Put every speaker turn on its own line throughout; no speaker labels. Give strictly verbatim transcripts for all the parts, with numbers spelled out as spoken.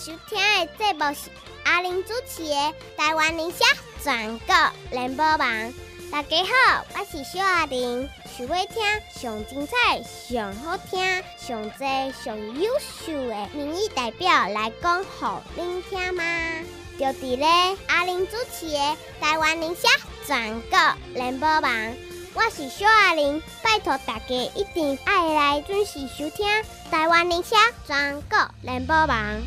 收听的节目是阿玲主持的《台湾人社全国联播网》。大家好，我是小阿玲。想要听上精彩、上好听、上多、上优秀的民意代表来讲给您听吗？就伫咧阿玲主持的《台湾人社全国联播网》。我是小阿玲，拜托大家一定要来准时收听台湾人社全国联播网。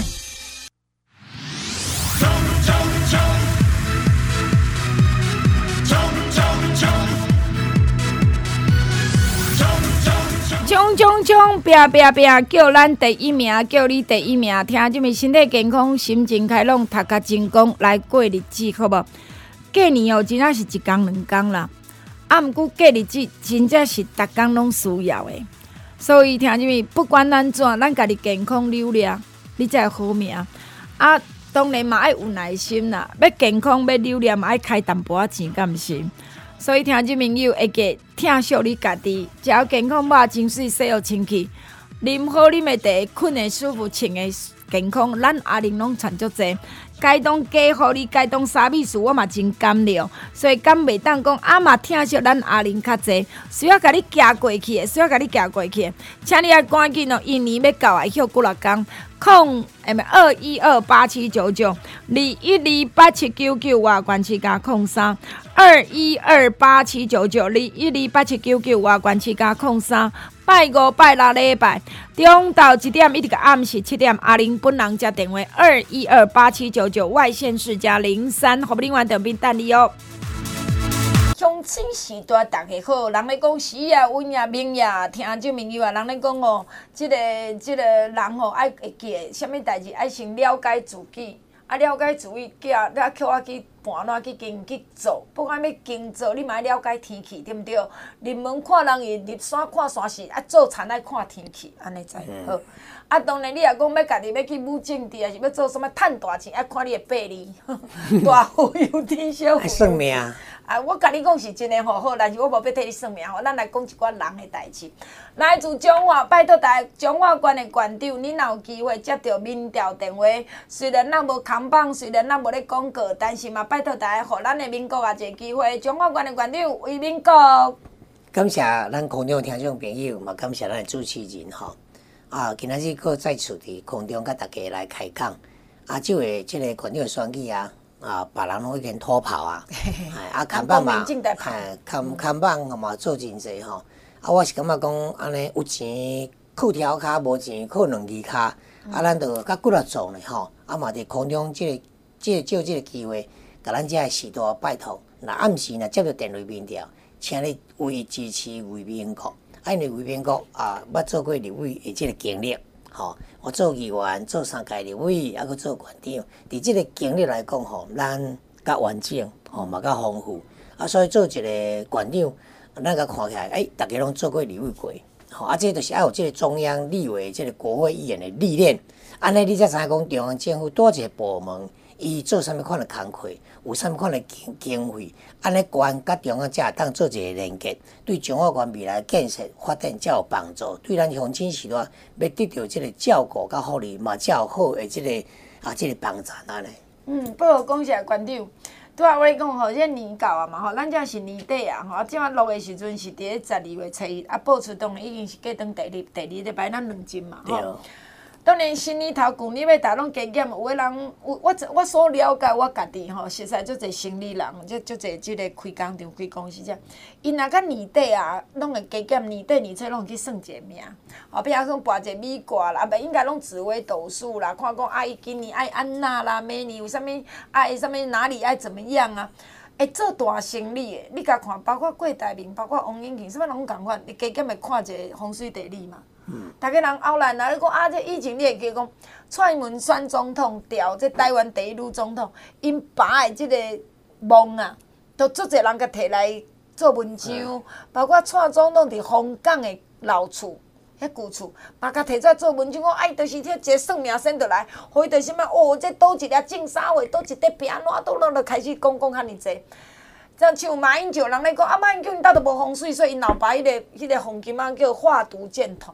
冲冲冲！拼拼拼！叫咱第一名，叫你第一名。听这么身体健康，心情开朗，读甲精工，来过日子，好无？过年哦，真正是一天两天啦。啊，毋过过日子真正是逐工拢需要的，所以听什么，不管安怎，咱家己健康留了，你才有好命。啊，当然嘛爱有耐心啦，要健康要留了嘛爱开淡薄仔钱，敢毋是？所以听众朋友会记疼惜你家己，食好健康饱，清水洗好清气，啉好啉的茶，困的舒服，穿的健康，咱阿玲拢传足济。该当加互你，该当啥物事，我嘛真感了，所以敢袂当讲啊嘛疼惜咱阿玲较济，需要甲你行过去的，需要甲你行过去的，请你啊赶紧哦，一年要到啊，休几六天，空诶咪二一二八七九九，二一二八七九九外关市加空三，二一二八七九九，二一二八七九九外关市加空三。拜五拜六礼拜，中昼一点一直到暗时七点，阿玲本人接电话二一二八七九九，外县市加零三，好不另外等边等你哦。乡亲时代大家好，人咧讲时也稳也命也，听众朋友啊，人咧讲哦，即、这个即、这个人吼、哦、爱会记的，啥物代志爱先了解自己，啊了解自己，叫啊叫我去盘哪去经去做，不管要经做，你嘛爱了解天气，对毋对？入门看人伊入山看山势，啊做田爱看天气，安尼才好。啊，当然你若讲要家己要去武政治，还是要做什么趁大钱，爱看你的魄力，大富有天小富有。
算命。
啊，我甲你讲是真诶吼好，但是我无要替你算命吼，咱来讲一寡人诶代志。来自中华，拜托大家中华县诶县长，你若有机会接到民调电话，虽然咱无扛棒，虽然咱无咧广告，但是嘛拜托大家，互咱诶民国也一个机会。中华县诶县长为民国。
感谢咱空中听众朋友，嘛感谢咱诶主持人吼。啊，今仔日搁再次伫空中甲大家来开讲。啊，即个即个县长选举啊。啊，别人拢已经拖跑啊，啊，看板嘛，哎，看看板嘛做真济吼。啊，我是感觉讲安尼有钱靠条骹，无钱靠两支骹，啊，咱着较骨力做呢吼。啊嘛，伫空中即个即个借即个机会，甲咱遮时代拜托，若暗时若接到电话民调，请你为支持为民国。啊，因为为民国啊，捌做过立委的即个经历。吼，我做议员，做三届立委，还佫做县长。伫即个经历来讲，吼，咱较完整，吼嘛较丰富。啊，所以做一个县长，咱甲看起来，哎，大家拢做过立委过，吼，啊，这就是要有即个中央立委、即个国会议员的历练。安尼你才知影讲中央政府多一个部门，伊做啥物款的工课，有啥物款的经经费，安尼县甲中央才会当做一个连结，对中华县未来建设发展才有帮助，对咱乡亲时代要得到即个照顾甲福利嘛，才有好的即、这个啊即、这个帮助安尼。
嗯，不过讲一下县长，拄仔我咧讲吼，即年到啊嘛吼，咱这是年底啊吼，啊，即摆录的时阵是伫咧十二月初一，啊，报出当然已经是过当第二第二礼拜咱两针嘛吼。当然，新年头旧年要逐拢加减，有个人，我我我所了解我家己吼，实在足侪生理人，即足侪即个开工厂、开公司遮，因若到年底啊，拢会加减年底年初拢会去算一个命，后壁讲跋一个米卦啦，啊，应该拢紫微斗数啦，看讲啊，伊今年爱安那啦，明年有啥物爱啥物哪里爱怎么样啊？会做大生意的，你甲看，包括郭台铭，包括王永庆，啥物拢共款，你加减会看一个风水地理嘛。嗯，逐个人后来若你讲啊，这以前你会记讲，蔡文选总统调这台湾第一女总统，因爸的即个梦啊，都足侪人甲摕来做文章，嗯、包括蔡总统伫香港的老厝。迄旧厝，嘛甲摕出来做文章，讲哎，就是迄一个算命先倒来，或者什么哦，这倒一粒种啥话，倒一块平安怎，倒落落开始讲讲遐尼济。像像马英九人咧讲，啊马英九因兜都无风水，所以因老爸迄、那个迄、那个黄金仔叫化毒箭筒。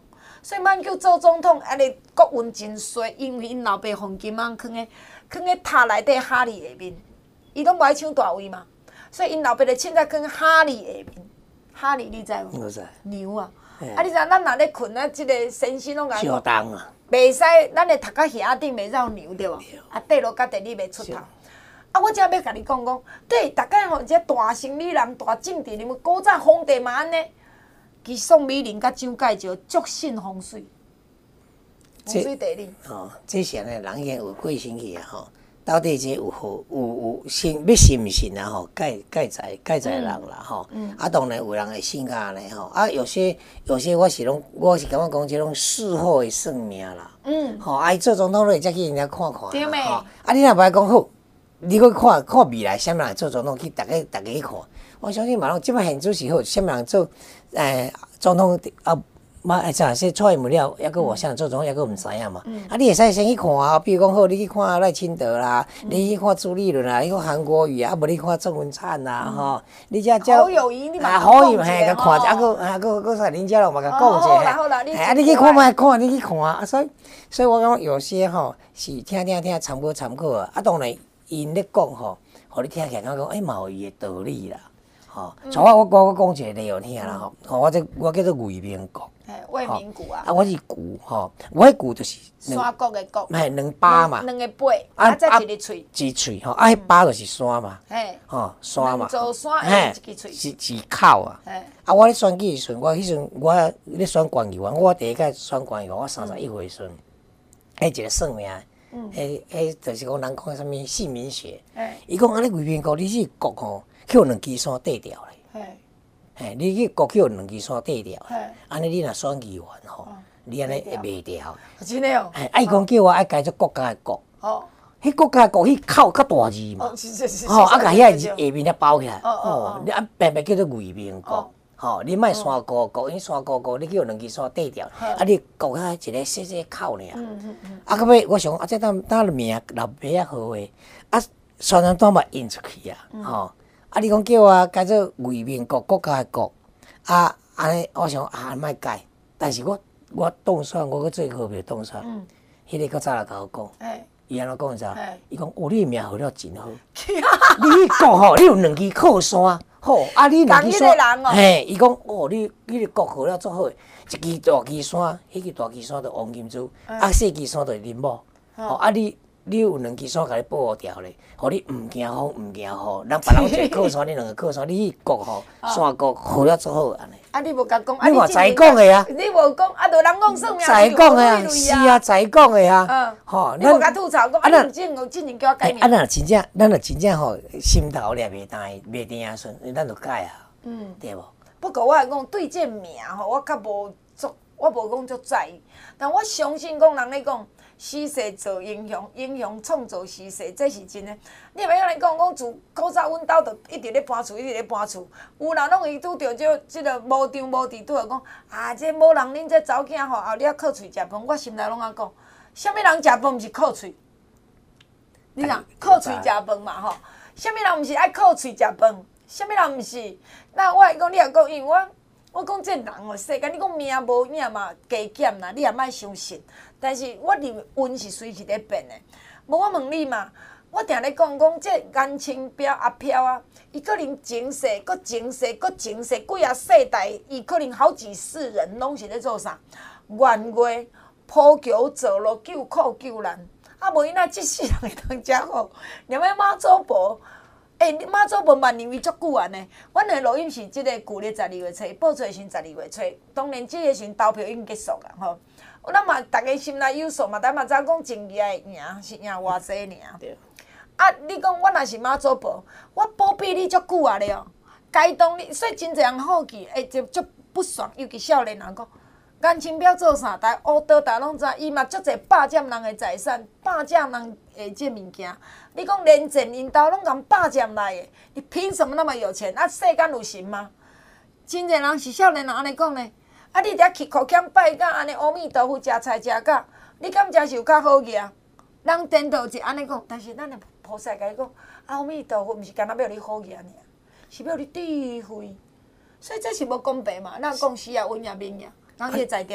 所以曼叫做总统，安尼国运真衰，因为因老爸黄金芒囥咧囥咧塔内底哈利下面，伊拢无爱抢大位嘛，所以因老爸就凊彩囥哈利下面。哈利你知无？
我知。
牛啊！啊，你知咱若咧困啊，即个身心拢
相当啊。
袂使，咱会读到遐顶袂绕牛对无？啊，第六甲第二袂出头。啊，我只要甲你讲讲，对，逐个吼，这大生理人、大政治人物，古早皇帝嘛安尼，其宋美龄甲蒋介石足信风水，风水地理。
哦，这些呢，人已经有过身去啊吼。到底这有好有有信要信毋信啊？吼，介介在介在人啦吼。嗯。啊，当然有人会信甲安尼吼。啊，有些有些我是拢，我是感觉讲，即种事后的算命啦。嗯。吼，啊，伊做总统，你会才去人家看看。
对咩？
啊，你若袂讲好，你去看看未来，啥物人做总统，去逐个逐个去看。我相信嘛，拢即摆现主是好，啥物人做诶总统啊？嘛，哎，啥说出门了，抑个我想做总，抑个毋知影嘛。啊，你会使先去看啊，比如讲好，你去看赖清德啦，你去看朱立伦啦，你看韩国瑜啊，啊无你看郑文灿啦，吼，你遮遮
好友谊，你嘛
好友嘿，甲看者，啊个啊个个啥林佳龙嘛甲讲者，
好啦好啦，你
啊你去看卖看，你去看啊，所以所以我感觉有些吼是听听听参考参考啊，啊当然因咧讲吼，互你听起来感觉讲，哎嘛有伊诶道理啦，吼，像我我我我讲一个例互听啦吼，吼我这我叫做魏明国。
哎，魏明谷啊！
啊，我是谷吼，我迄谷就是
山谷的谷，
嘿，两巴嘛，
两个背，啊，再一个喙，
一喙吼，啊，迄巴就是山嘛，
嘿，
吼，山嘛，
做山嘿，一个喙，
是是口啊。啊，我咧选举时阵，我迄阵我咧选县议员，我第一届选县议员，我三十一岁时阵，迄一个算命，迄迄就是讲人讲啥物姓名学，伊讲安尼魏明谷你是谷吼，去有两支山缀掉咧。嘿，你去国去有两支山缀掉，安尼你若选议员吼，你安尼会袂掉。
真诶哦。
哎，啊伊讲叫我爱改做国家诶国。
哦。
迄国家诶国，迄口较大字嘛。
哦，是是是。
吼，啊，甲遐字下面咧包起来。哦哦。你啊，白白叫做魏明国。吼，你莫山高国，因山高国你去有两支山缀掉，啊，你国较一个细细口尔。嗯嗯嗯。啊，到尾我想啊，这当当名老爸仔好诶，啊，宣传单嘛印出去啊，吼。啊！你讲叫我改做魏明国国家诶国，啊，安尼我想啊，莫改。但是我我当选，我去做好票当选。嗯。迄个较早来甲我讲，哎，伊安怎讲知？伊讲哦，你诶名号了真好。你国吼，你有两支靠山，好啊，你两支山，嘿，伊讲哦，你你诶国号了足好诶，一支大旗山，迄支大旗山着王金珠，啊，细支山着林某，哦，啊你。你有两支山甲你保护掉咧，互你毋惊风毋惊雨。咱别人一个靠山，你两个靠山，你去国吼山国好了足好安尼。
啊，你无甲讲，
你话才讲诶啊？
你无讲，啊，着人讲算命
才讲诶啊，是啊，才讲诶啊。嗯。吼，
你无甲吐槽讲，啊，你真有真人叫我改名。
啊，咱若真正，咱若真正吼，心头咧袂担袂定啊顺，咱着改啊。嗯。对无？
不过我来讲，对这名吼，我较无足，我无讲足在意，但我相信讲人咧讲。死世做英雄，英雄创造死世，这是真诶。你袂晓来讲，讲自古早阮兜着一直咧搬厝，一直咧搬厝。有人拢会拄着这这个无张无弛，拄着讲啊，这某人恁这查某囝吼，后日靠喙食饭。我心内拢安讲，啥物人食饭毋是靠喙？你讲靠喙食饭嘛吼？啥物人毋是爱靠喙食饭？啥物人毋是？那我来讲，你若讲，因为我我讲这人哦，世间你讲命无影嘛，加减啦，你也莫相信。但是我认为运是随时在变的。无我问你嘛，我定咧讲讲这颜清标阿飘啊，伊可能前世、搁前世、搁前世几啊世代，伊可能好几世人拢是咧做啥？愿月普桥造路救苦救难，啊无伊那即世人会当遮好，连个妈祖婆。诶、欸，妈祖婆万年为足久安尼。阮的录音是即个旧历十二月初，报出的时十二月初。当然，即个时投票已经结束啦，吼。咱嘛，逐个心内有数嘛，咱嘛知讲正义会赢是赢偌济尔。对。啊，你讲我若是妈祖婆，我保庇你足久啊了，该当你，所以真侪人好奇，会就足不爽，尤其少年人讲。颜清标做啥？大乌道大拢知，伊嘛足侪霸占人的财产，霸占人的这物件。你讲连前因兜拢共霸占来的，你凭什么那么有钱？啊，世间有神吗？真侪人是少年人安尼讲呢。啊，你伫去苦腔拜甲安尼，阿弥陀佛食菜食甲，你敢食是有较好个啊？人颠倒是安尼讲，但是咱的菩萨甲伊讲，阿弥陀佛毋是干那要你好个尔，是要你智慧。所以这是无公平嘛？咱讲死也稳也命也。人会才调嘛？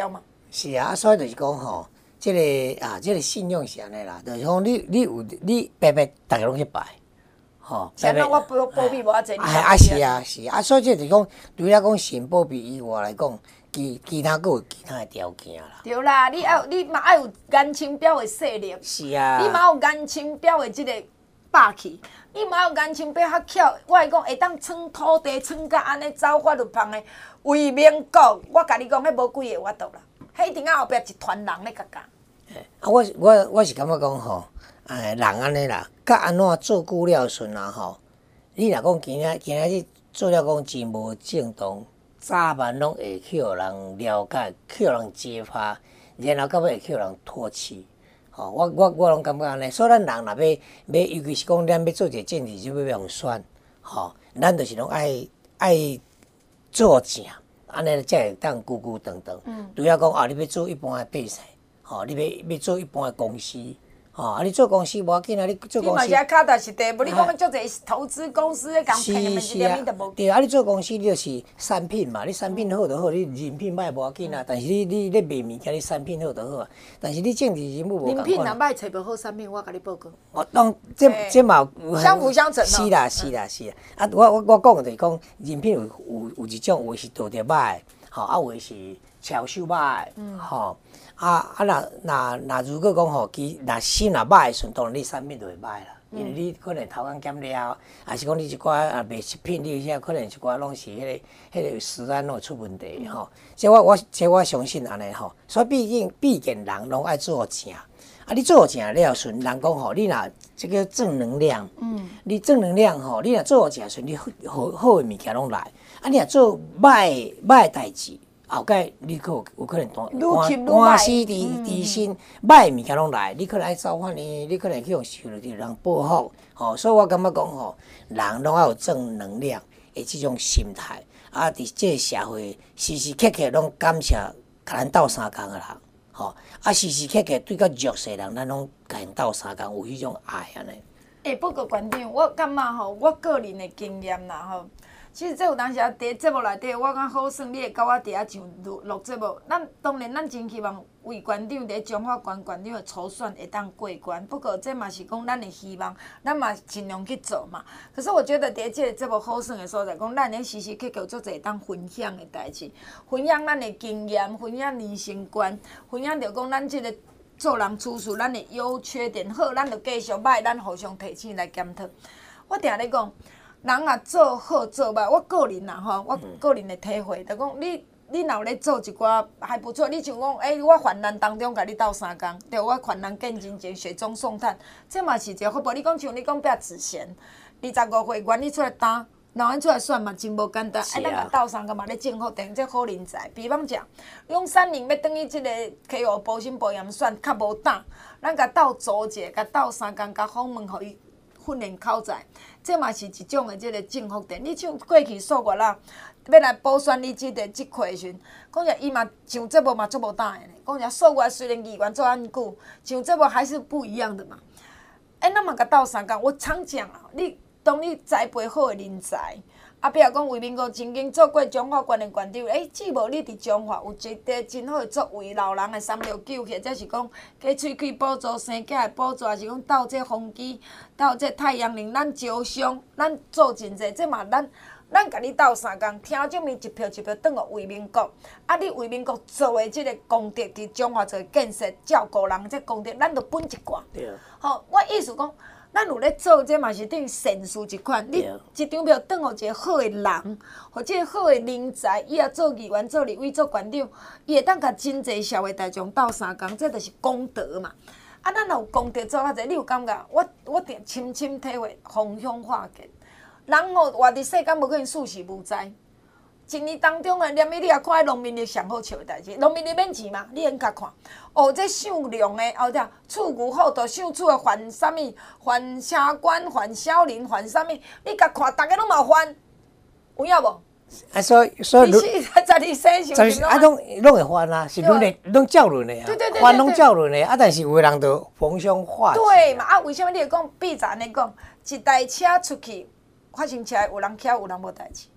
是啊，所以就是讲吼，即、这个啊，即、这个信用是安尼啦，就是讲你你有你白白大家拢去拜，吼。
像那我保保庇无啊济，
哎啊是啊是啊，所以这就是讲，除了讲神保庇以外来讲，其其他佫有其他的条件啦。
对啦，你要你嘛要有颜清标的势力，
是啊。
你嘛有颜清标的即个霸气。你嘛有颜清标较巧，我会讲会当闯土地，闯甲安尼走法律旁的为民国，我甲你讲，迄无几个法度啦，迄一定啊后壁一团人咧甲教。
啊，我我我是感觉讲吼，哎，人安尼啦，甲安怎做久了顺啊吼，你若讲今仔今仔日做了讲真无正当，早晚拢会去互人了解，去互人揭发，然后到尾会去互人唾弃。吼、哦，我我我拢感觉安尼，所以咱人若要要，尤其是讲咱要做一个政治，就要用选，吼、哦，咱就是拢爱爱做正，安尼才会当久久长长。嗯。除了讲哦，你要做一般的百姓，吼、哦，你要要做一般的公司，吼、哦，啊，你做公司无要紧啊，你做公司。
你嘛是脚踏实地，无你讲足侪投资公司咧，讲骗的一点你都无。
对啊，你做公司你就是产品嘛，你产品好就好，你人品歹无要紧啊。但是你你咧卖物件，你产品好就好啊。但是你政治人物无共款。
人品若歹，找无好产品，我甲你报告。
哦，当这这嘛有
相辅相成。
是啦是啦是啦。啊，我我我讲就是讲，人品有有有一种，有的是道德歹，吼，啊有的是操守歹，吼。啊啊！若若若如果讲吼，其若心若歹的时阵，当然你产品就会歹啦。因为你可能偷工减料，还是讲你一寡啊卖食品，你遐可能一寡拢是迄、那个迄、那个食安拢会出问题吼。即、嗯、我我即我相信安尼吼，所以毕竟毕竟人拢爱做正。啊，你做正了时，人讲吼，你若即个正能量，嗯，你正能量吼，你若做正时，你好好好的物件拢来。啊，你若做歹歹代志。后盖你可有有可能官官司伫伫身，歹物件拢来，你可能爱造反呢，你可能去用受着人报复，吼、哦，所以我感觉讲吼，人拢要有正能量的即种心态，啊，伫这个社会时时刻刻拢感谢甲咱斗相共的人，吼、哦，啊，时时刻刻对甲弱势人，咱拢甲因斗相共，有迄种爱安尼。
诶，不过馆长，我感觉吼，我个人的经验啦吼。其实这有当时啊，伫节目内底，我讲好算，你会甲我伫遐上录录节目。咱当然，咱真希望为馆长伫中华县馆长的初选会当过关。不过这嘛是讲咱的希望，咱嘛尽量去做嘛。可是我觉得伫这个节目好算的所在，讲咱咧时时刻刻做者当分享的代志，分享咱的经验，分享人生观，分享着讲咱即个做人处事，咱的优缺点好，咱就继续歹，咱互相提醒来检讨。我定咧讲。人啊，做好做歹，我个人啦吼，我个人的体会，就讲你你若有咧做一寡还不错，你像讲，诶、欸，我患难当中甲你斗相共，对，我患难见真情，雪中送炭，这嘛是一个好报。你讲像你讲白子贤，二十五岁原你出来打，然后出来选嘛，真无简单。哎、啊，咱甲斗相共嘛咧政府定这好人才。比方讲，你讲三年要等于即个溪湖保心保养选较无胆，咱甲斗组者，甲斗相共，甲访问，互伊。训练口才，这嘛是一种的这个政福电。你像过去数月啦，要来补选你这个职缺的时阵，讲实伊嘛上节目嘛做无胆的呢。讲实数月虽然议员做安久，上节目还是不一样的嘛。哎、欸，咱嘛甲斗相共，我常讲啊，你当你栽培好的人才。啊，比如讲，为民国曾经做过中华县的县长，诶，只无你伫中华有一个真好的作为，老人的三六九，或者是讲加喙齿补助、生囝的补助，还是讲斗这风机、斗这太阳能，咱招商，咱做真济，这嘛咱咱甲你斗相共，听证明一票一票转互为民国。啊，你为民国做的即个功德，伫中华做建设、照顾人这功德，咱着分一寡。
对。
吼，我意思讲。咱有咧做，这嘛是等于善事一款。你一张票转互一个好的人，或者好的人才，以后做议员、做立委、做县长，伊会当甲真济社会大众斗相共，这就是功德嘛。啊，咱若有功德做较济，你有感觉？我我定深深体会，方向化见。人吼活伫世间，无可能事事无知。一年当中诶，连伊你也看农民历上好笑诶代志，农民历免钱嘛，你应甲看。哦，这姓梁诶，后头厝牛好，着姓厝诶还啥物？还车官，还小林，还啥物？你甲看，逐个拢嘛还，有影无？
啊，所以所以，
你是十二生是毋是？
啊，拢拢会还啦，是拢会拢照论诶啊，还拢照论诶啊，但是有诶人着逢凶化吉。
对嘛？啊，为什么你会讲？比如安尼讲，一台车出去发生车，有人徛，有人无代志。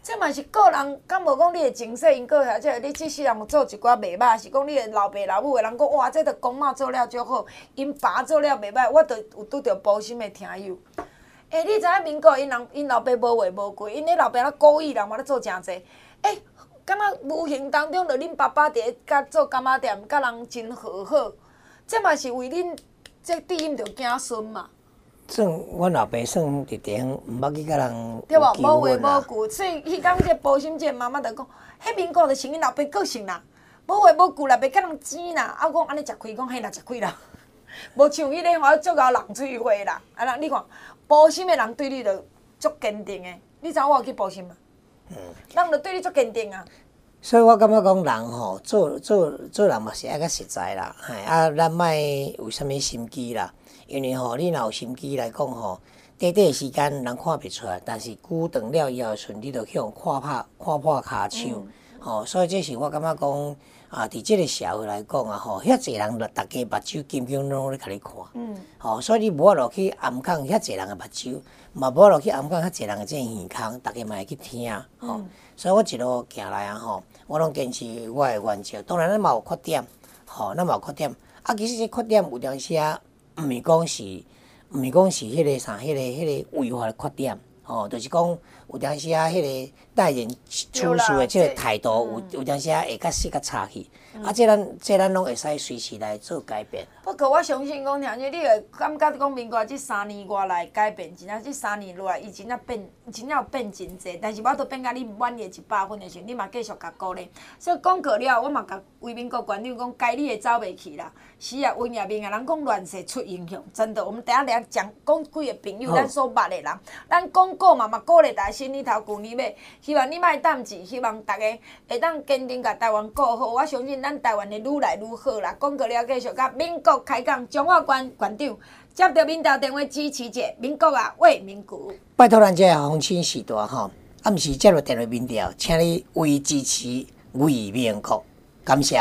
这嘛是个人，敢无讲你的情绪因过遐，即你即世人有做一寡袂歹，是讲你的老爸老母的人讲哇，这个公妈做了足好，因爸做了袂歹，我着有拄着无心的听友。诶、欸，你知影民国因人因老爸无话无贵，因咧老爸咧故意人嘛咧做诚济。诶、欸，敢若无形当中，着恁爸爸伫咧甲做干妈店，甲人真和好，这嘛是为恁这第一着子孙嘛。
算阮老爸算伫地方，毋捌去甲人
对无？无话无句，所以迄讲这保险这妈妈就讲，迄民国就是因老爸个性啦，无话无句啦，袂甲人争啦。啊，讲安尼食亏，讲嘿啦食亏啦，无像迄个好足够人喙话啦。啊，人你看保险的人对你着足坚定的，你知影我有去保险嘛？嗯，人着对你足坚定啊。
所以我感觉讲人吼，做做做人嘛是爱较实在啦，嘿啊，咱莫有啥物心机啦。因为吼，你若有心机来讲吼，短短时间人看袂出来，但是久长了以后，顺你着向看破看破骹手，吼、嗯，所以这是我感觉讲啊，伫即个社会来讲啊，吼，遐济人，逐家目睭金金拢咧甲你看，嗯，吼，所以你无法落去暗藏遐济人的目睭，嘛无法落去暗藏遐济人的这耳孔，逐家嘛会去听，吼、嗯，所以我一路行来啊，吼，我拢坚持我的原则，当然咱嘛有缺点，吼，咱嘛有缺点，啊，其实这缺点有当时啊。毋是讲是，毋是讲是迄个啥，迄个迄个违法的缺点，吼，就是讲有当时啊，迄个待人处事的即个态度，有有当时啊会较细较差去，啊，这咱这咱拢会使随时来做改变。
不过我相信讲，听你会感觉讲民国即三年外来改变，真正即三年落来，伊真正变，真正有变真济。但是我都变甲你满意一百分的时候，你嘛继续甲鼓励。所以讲过了，我嘛甲为民国馆长讲，该你的走袂去啦。是啊，文也明啊，人讲乱世出英雄，真的。我们等下来讲讲几个朋友，咱所捌的人，咱广告嘛嘛鼓励大家新年头旧年尾，希望你莫淡志，希望大家会当坚定甲台湾顾好。我相信咱台湾会愈来愈好啦。讲过了，继续甲民国开讲，中华馆馆长接到民调电话支持者，民国啊为民国。
拜托咱这风清时代吼，啊，毋是接到电话民调，请你为支持为民国，感谢。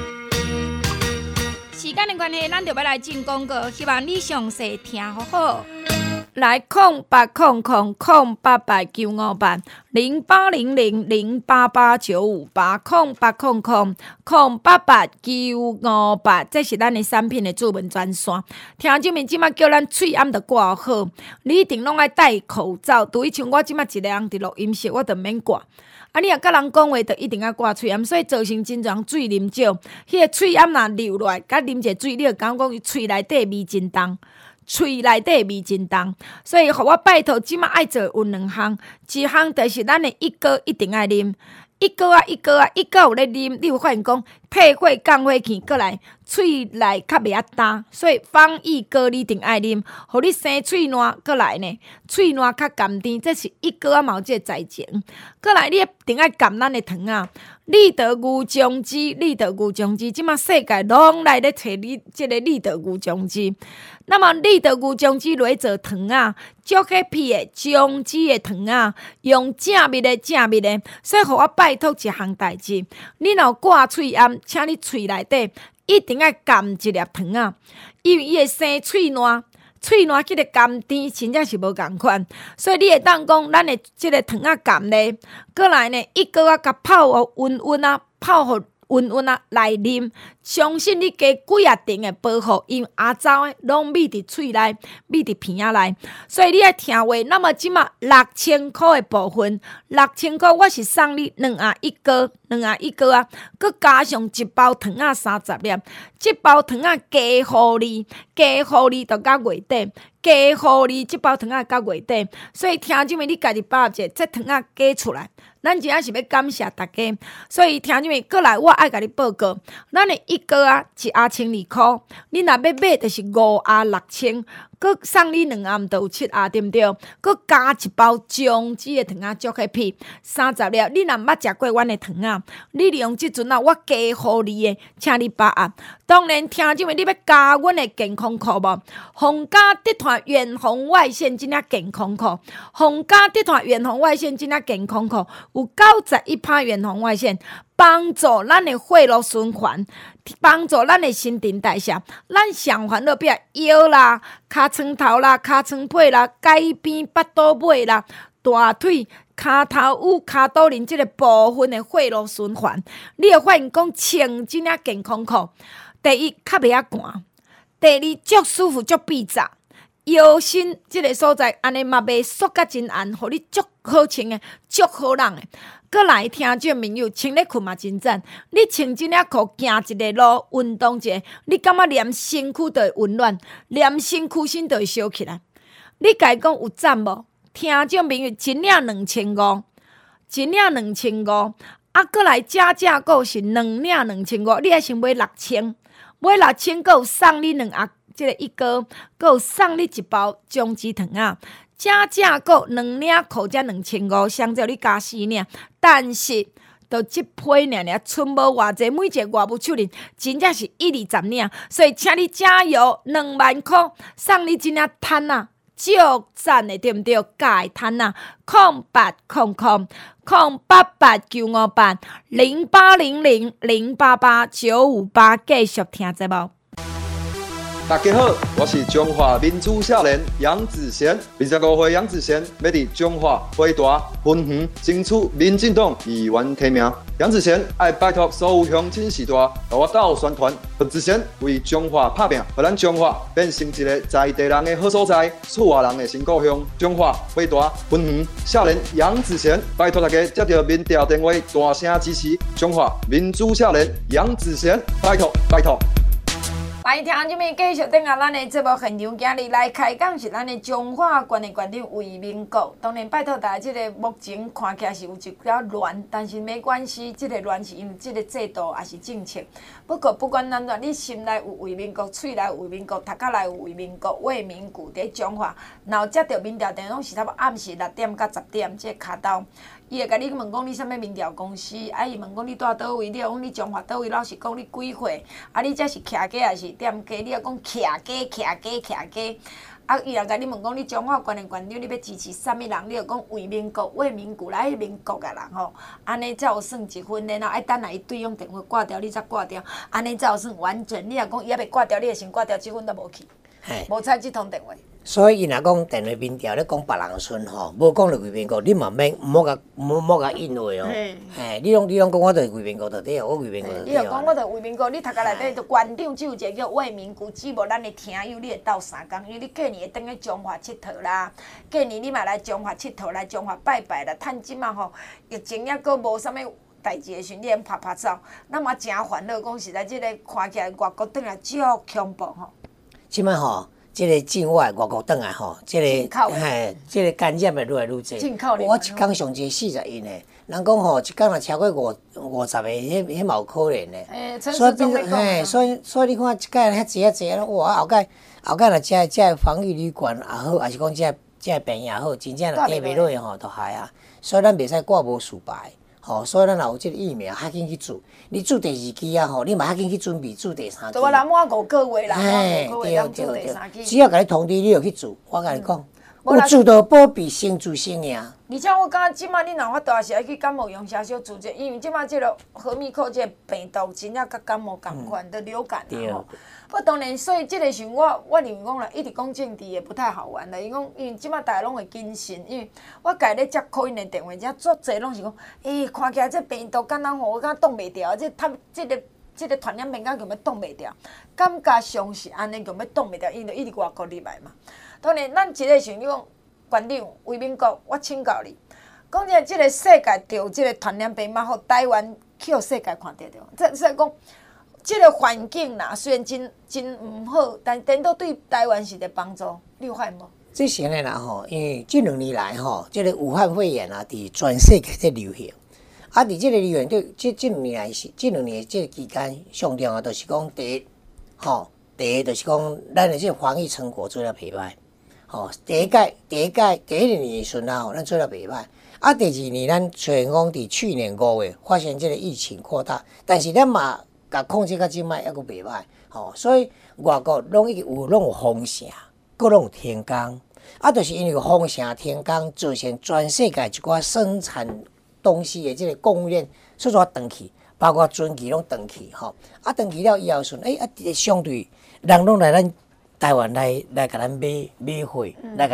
时间的关系，咱就要来进广告，希望你详细听好好。来空八空空空八八九五八零八零零零八八九五八空八空空空八八九五八，这是咱的产品的主文专线。听众们即马叫咱喙暗着挂好，你一定拢爱戴口罩。对像我即马一个人伫录音室，我着免挂。啊，你若甲人讲话，着一定要挂喙暗，所以造成真侪水啉少，迄个喙暗若流落来，甲啉者水，你着感觉讲伊喙内底味真重。喙内底味真重，所以互我拜托，即马爱做有两项，一项就是咱的一哥一定爱啉，一哥啊一哥啊，一哥有咧啉，你有发现讲退火降火气，过来喙内较袂啊干，所以方一哥你一定爱啉，互你生喙烂，过来呢喙烂较甘甜，这是一哥啊嘛有这个在前，过来你一定爱含咱的糖啊。立德牛酱汁，立德牛酱汁，即马世界拢来咧找你即个立德牛酱汁。那么立德牛酱汁落做糖啊，足起皮的酱汁的糖啊，用正密的正密的。所以，互我拜托一项代志，你若挂喙暗，请你喙内底一定要含一粒糖啊，因为伊会生喙烂。喙烂迄个甘甜，真正是无共款，所以你会当讲，咱的即个糖啊甘咧，过来呢，一个啊甲泡互温温啊，泡互温温啊来啉，相信你加几啊定的保护，因为阿走诶拢秘伫喙内，秘伫鼻仔内，所以你爱听话。那么即马六千块的部分，六千块我是送你两盒一个，两盒一个啊，佮加上一包糖啊三十粒，即包糖啊加互你，加互你就到月底。加互你即包糖仔到月底，所以听众们你家己把握者，这糖仔加出来，咱真正是要感谢大家。所以听众们过来，我爱甲你报告，咱的一个啊一盒千二块，你若要买就是五盒六千，佮送你两盒就有七盒，对不对？佮加一包酱汁的糖仔足起皮，三十粒。你若毋捌食过阮的糖仔，你利用即阵啊，我加互你的，请你把握。当然，听众们，你要加阮的健康课无？皇家集团远红外线真正健康课，皇家集团远红外线真正健康课，有九十一趴远红外线，帮助咱的血液循环，帮助咱的新陈代谢。咱上烦恼变腰啦、尻川头啦、尻川背啦、改边、腹肚尾啦。大腿、 骹头有骹肚仁即个部分的血路循环，你会发现讲穿即领健康裤，第一较袂遐寒，第二足舒服足闭扎，腰身即个所在安尼嘛袂缩甲真暗，互你足好穿的，足好人的。过来听众朋友，穿咧困嘛真赞。你穿即领裤行一个路，运动一下，你感觉连身躯都会温暖，连身躯身都会烧起来。你家讲有赞无？听众朋友，一领两千五，一领两千五，啊，过来加价购是两领两千五，你还先买六千，买六千，阁有送你两盒，即、这个一个，阁有送你一包姜子糖啊。加价购两领裤才两千五，相较你加四领，但是就即批尔尔，剩无偌济，每一个外务手人真正是一二十领，所以请你加油，两万块送你一领毯啊，足赞的对毋对？加的毯啊，空八空空空八八九五八零八零零零八八九五八，继续听节目。
大家好，我是中华民主少年杨子贤。二十五岁杨子贤要伫中华花大分园争取民进党议员提名。杨子贤爱拜托所有乡亲时代，和我斗宣传。杨子贤为中华打拼，让咱中华变成一个在地人的好所在，厝外人的新故乡。中华花大分园少年杨子贤，拜托大家接到民调电话，大声支持中华民主少年杨子贤，拜托拜托。
来，听众们继续等下咱的节目现场，今日来开讲是咱的中华县的县长魏明国。当然，拜托大家，即个目前看起来是有一条乱，但是没关系，即、这个乱是因为即个制度也是政策。不过不管怎样，你心内有魏明国，喙内有魏明国，头壳内有魏明国，魏明固伫中华，然后接到民调电话，拢是差不多暗时六点到十点，即、这个卡到。伊会甲你问讲你啥物民调公司，啊伊问讲你住倒位，你会讲你中华倒位，老实讲你几岁，啊你这是徛家还是踮家？你要讲徛家徛家徛家，啊伊若甲你问讲你中华县的县长，你要支持啥物人？你就讲魏民国、魏民国来民国个人吼，安尼才有算一分，然后爱等下伊对方电话挂掉，你才挂掉，安尼才有算完整。你若讲伊还袂挂掉，你会先挂掉，即分都无去，无采即通电话。
所以伊若讲电话民调咧讲别人的孙吼，无讲着魏民国，你嘛免毋好甲毋好甲因为哦。嘿，你拢你拢讲我着魏民国着对，我魏民国着对。
你若讲我着魏民国，你头壳内底着县长只有一个叫魏民国，只无咱的听友你会斗相共，因为你过年会当去中华佚佗啦，过年你嘛来中华佚佗，来中华拜拜啦，趁即嘛吼疫情抑阁无啥物代志的时，你先拍拍走，咱嘛真烦恼，讲实在，即个看起来外国转来足恐怖吼。
即摆吼。即个境外外国转来吼，即、这个嘿，即、这个感染会愈来愈济。我一工上济四十因诶，人讲吼，一工若超过五五十个，迄迄嘛有可能诶。
诶，
所以变做嘿，所以所以你看一届遐济遐济，哇，后届后届若遮遮防疫旅馆也好，还是讲遮遮病也好，真正若低袂落吼，都害啊。所以咱袂使挂无事败。吼，所以咱若有即个疫苗，较紧去做。你做第二期啊，吼，你嘛较紧去准备做第三期。
都人满五个月啦，
嘿，
五个月当做第三期。
只要甲你通知，你就去做。我甲你讲，有做到保庇先做先赢。
而且我感觉即摆你若法度也是爱去感冒用小小做者，因为即摆即个核密克即个病毒真正甲感冒共款，得流感啦吼。不当然，所以即个时我我认为讲啦，一直讲政治也不太好玩啦。因讲因为即摆大家拢会谨慎，因为我家咧接可因的电话，遮足侪拢是讲，诶、欸，看起来这病毒敢若吼，我敢挡袂掉，这他即个即个传染病敢叫要挡袂掉，感觉上是安尼叫要挡袂掉，因着一直外国入来嘛。当然，咱即个时你讲。县长魏明国，我请教你，讲真，即个世界着即个传染病嘛，互台湾去互世界看到着。即所以讲，即个环境啦，虽然真真毋好，但顶多对台湾是个帮助。你有发现无？
这些年啦吼，因为这两年来吼，即、这个武汉肺炎啊，伫全世界在流行。啊，伫即个流行对，即即两年来是，即两年即个期间，上重要就是讲第一，吼，第一就是讲咱的即个防疫成果做了袂歹。吼，第一届、第一届、第一年的时阵啊，吼，咱做了袂歹。啊，第二年咱虽然讲伫去年五月发现即个疫情扩大，但是咱嘛甲控制到即摆还阁袂歹。吼，所以外国拢已经有拢有封城，阁拢有停工。啊，就是因为封城停工，造成全世界一寡生产东西的即个供应链说说断去，包括船期拢断去。吼，啊，断去了以后，顺诶啊，相对人拢来咱。台湾来来甲咱买买货，来甲咱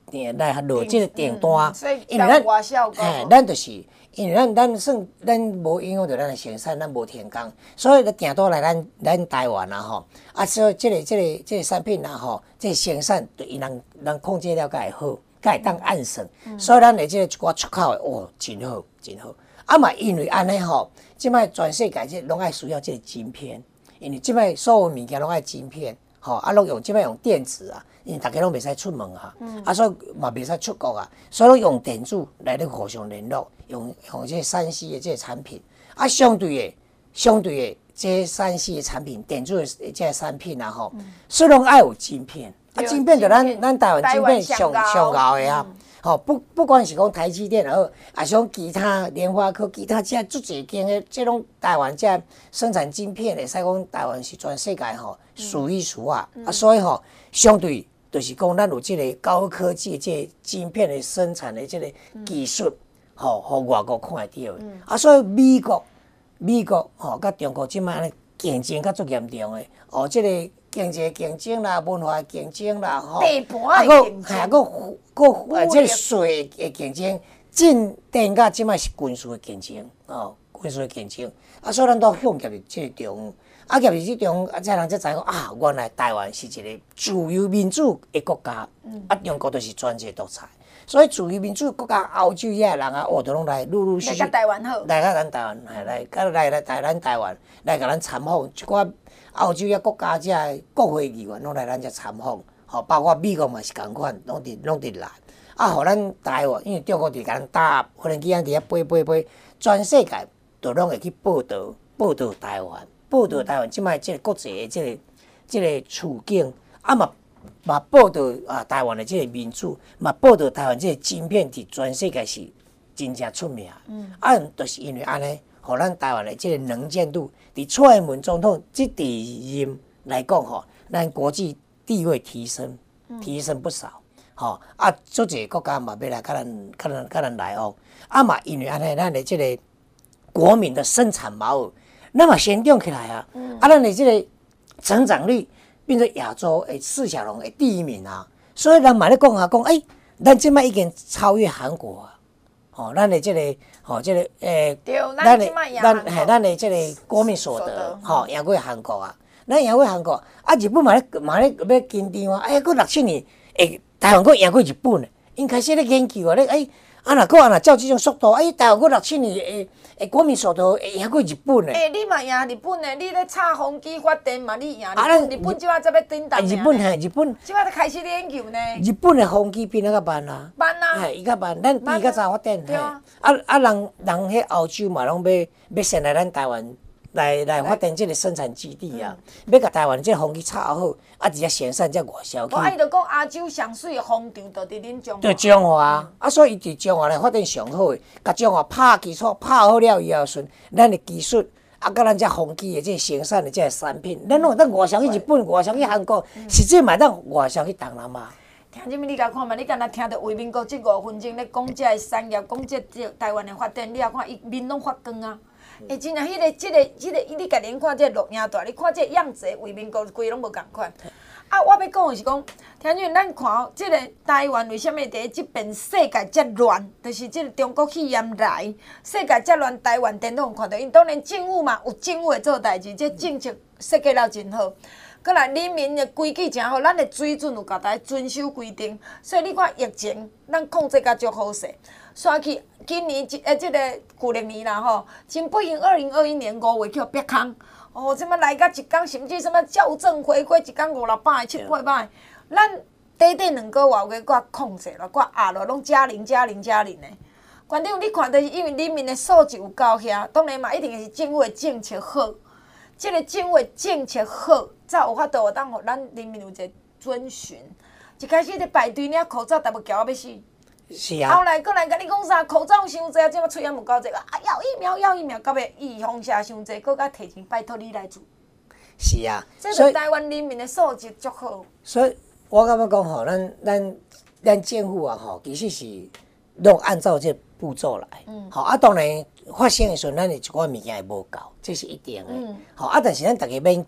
电来落即个订单，
所以
因为咱
外销购，
嘿，咱就是因为咱咱算咱无影响到咱的生产，咱无停工，所以咧订单来咱咱台湾啊吼，啊所以即个即个即个产品啊吼，即个生产对因人人控制了较会好，较会当按算，所以咱的即个一寡出口的哦真好真好。啊嘛，因为安尼吼，即摆全世界即拢爱需要即个晶片，因为即摆所有物件拢爱晶片，吼啊，拢用即摆用电子啊，因为大家拢袂使出门啊，嗯、啊所以嘛袂使出国啊，所以拢用电子来咧互相联络，用用即个三 C 的即个产品，啊相对的相对的即三 C 的产品，电子的即个产品啊吼，嗯、所以拢爱有晶片，啊晶片就咱咱台湾晶片上上高的啊。嗯吼、哦，不不管是讲台积电也好，也是讲其他联发科、其他遮足侪间的，即种台湾遮生产晶片的，使讲台湾是全世界吼数一数二、嗯、啊，所以吼相对就是讲咱有即个高科技即个晶片的生产的即个技术，吼、嗯，互外国看得到、嗯、啊，所以美国美国吼甲中国即摆咧竞争较足严重的，哦，即、这个。经济竞争啦，文化竞争啦，吼，
啊，
个还个个呃，即个税的竞争，进电甲即摆是军事的竞争，哦，军事的竞争，啊，所以咱都向入入即个中，啊，入入即中，啊，才人才知影啊，原来台湾是一个自由民主的国家，嗯、啊，中国都是专制独裁，所以自由民主国家欧洲遐人啊，哦，都拢来陆陆续续
来台湾好，
来甲咱台湾，来甲来来来咱台湾，来甲咱参访一寡。澳洲遐国家遮国会议员拢来咱遮参访，吼，包括美国嘛是共款，拢伫拢伫来。啊，互咱台湾，因为中国伫甲咱打，可能机仔伫遐飞飞飞，全世界都拢会去报道报道台湾，报道台湾即摆即个国际的即、这个即、这个处境，啊嘛嘛报道啊台湾的即个民主，嘛报道台湾即个晶片伫全世界是真正出名。嗯，啊，就是因为安尼。互咱台湾的即个能见度，伫蔡英文总统即第任来讲吼，咱国际地位提升，提升不少。吼、嗯、啊，足侪国家嘛要来甲咱、甲咱、甲咱来往，啊嘛，因为安尼，咱的即个国民的生产毛额，那么先涨起来啊，嗯、啊，咱的即个成长率变成亚洲诶四小龙诶第一名啊，所以人嘛咧讲啊讲，诶、欸，咱即摆已经超越韩国啊。哦，咱的这个，哦，这个，诶、欸，咱的，咱嘿，咱的这个国民所得，吼、哦，赢过韩国啊，咱赢过韩国，啊，日本嘛咧，嘛咧要紧张啊，哎呀，过六七年，诶，台湾过赢过日本咧，因开始咧研究啊，咧，诶，啊，若过啊，若照这种速度，诶，台湾过六七年，诶，诶，国民所得会赢过日本咧。
诶，你嘛赢日本咧，你咧炒风机发电嘛，你赢日本，日本即摆才要顶当。
日本嘿，日本。
即摆才开始研究呢。
日本的风机变啊较慢啊。
慢啊。
嘿，伊较慢，咱比较早发电。对啊。啊啊，人人迄欧洲嘛，拢要要先来咱台湾来来发展即个生产基地啊，嗯、要甲台湾即个风机炒好，啊，直接生产才外销去。
我爱就讲亚洲上水的风场，就伫恁中华。
就中华啊，嗯、啊，所以伊伫中华来发展上好诶，甲中华拍基础拍好了以后，顺咱的技术。啊，甲咱遮风机的即生产的即个产品，咱拢咱外销去日本，外销去韩国，实际嘛咱外销去东南亚。
听即物你甲看嘛，你敢若听着为民国即五分钟咧讲遮个产业，讲遮台湾的发展，你也看伊面拢发光啊！诶，真正迄个、即个、即个，你家己看这个录影带，你看这个样子，为民国规拢无共款。啊，我要讲的是讲，听见咱看哦，即、这个台湾为虾米伫即边世界遮乱，就是即个中国气焰来，世界遮乱，台湾电拢看到，因当然政府嘛有政府会做代志，这政策设计了真好。过来，人民的规矩真好，咱的水准有交代遵守规定，所以你看疫情，咱控制甲足好势。刷去今年即诶，即个旧历年啦吼，真不幸二零二一年五月去逼空。哦，即么来甲一工，甚至什么校正回归一工五六百、七八百，咱短短两个外月，搁控制了，搁压落，拢加零、加零、加零的。馆长，你看，就是因为人民的素质有够遐，当然嘛，一定是政府的政策好。即个政府的政策好，才有法度有当互咱人民有一个遵循。一开始咧排队领口罩，逐要交到要死。
是啊。
后来，过来甲你讲啥？口罩伤济啊，即马喙也无够济啊！要疫苗，要疫苗，到尾预防射伤济，搁甲提前拜托你来做。
是啊。
这是台湾人民的素质足好。
所以，我感觉讲吼，咱咱咱政府啊吼，其实是拢按照这步骤来。嗯。好啊，当然发生的时阵，咱的一寡物件会无够，这是一定的。嗯。好啊，但是咱大家免急。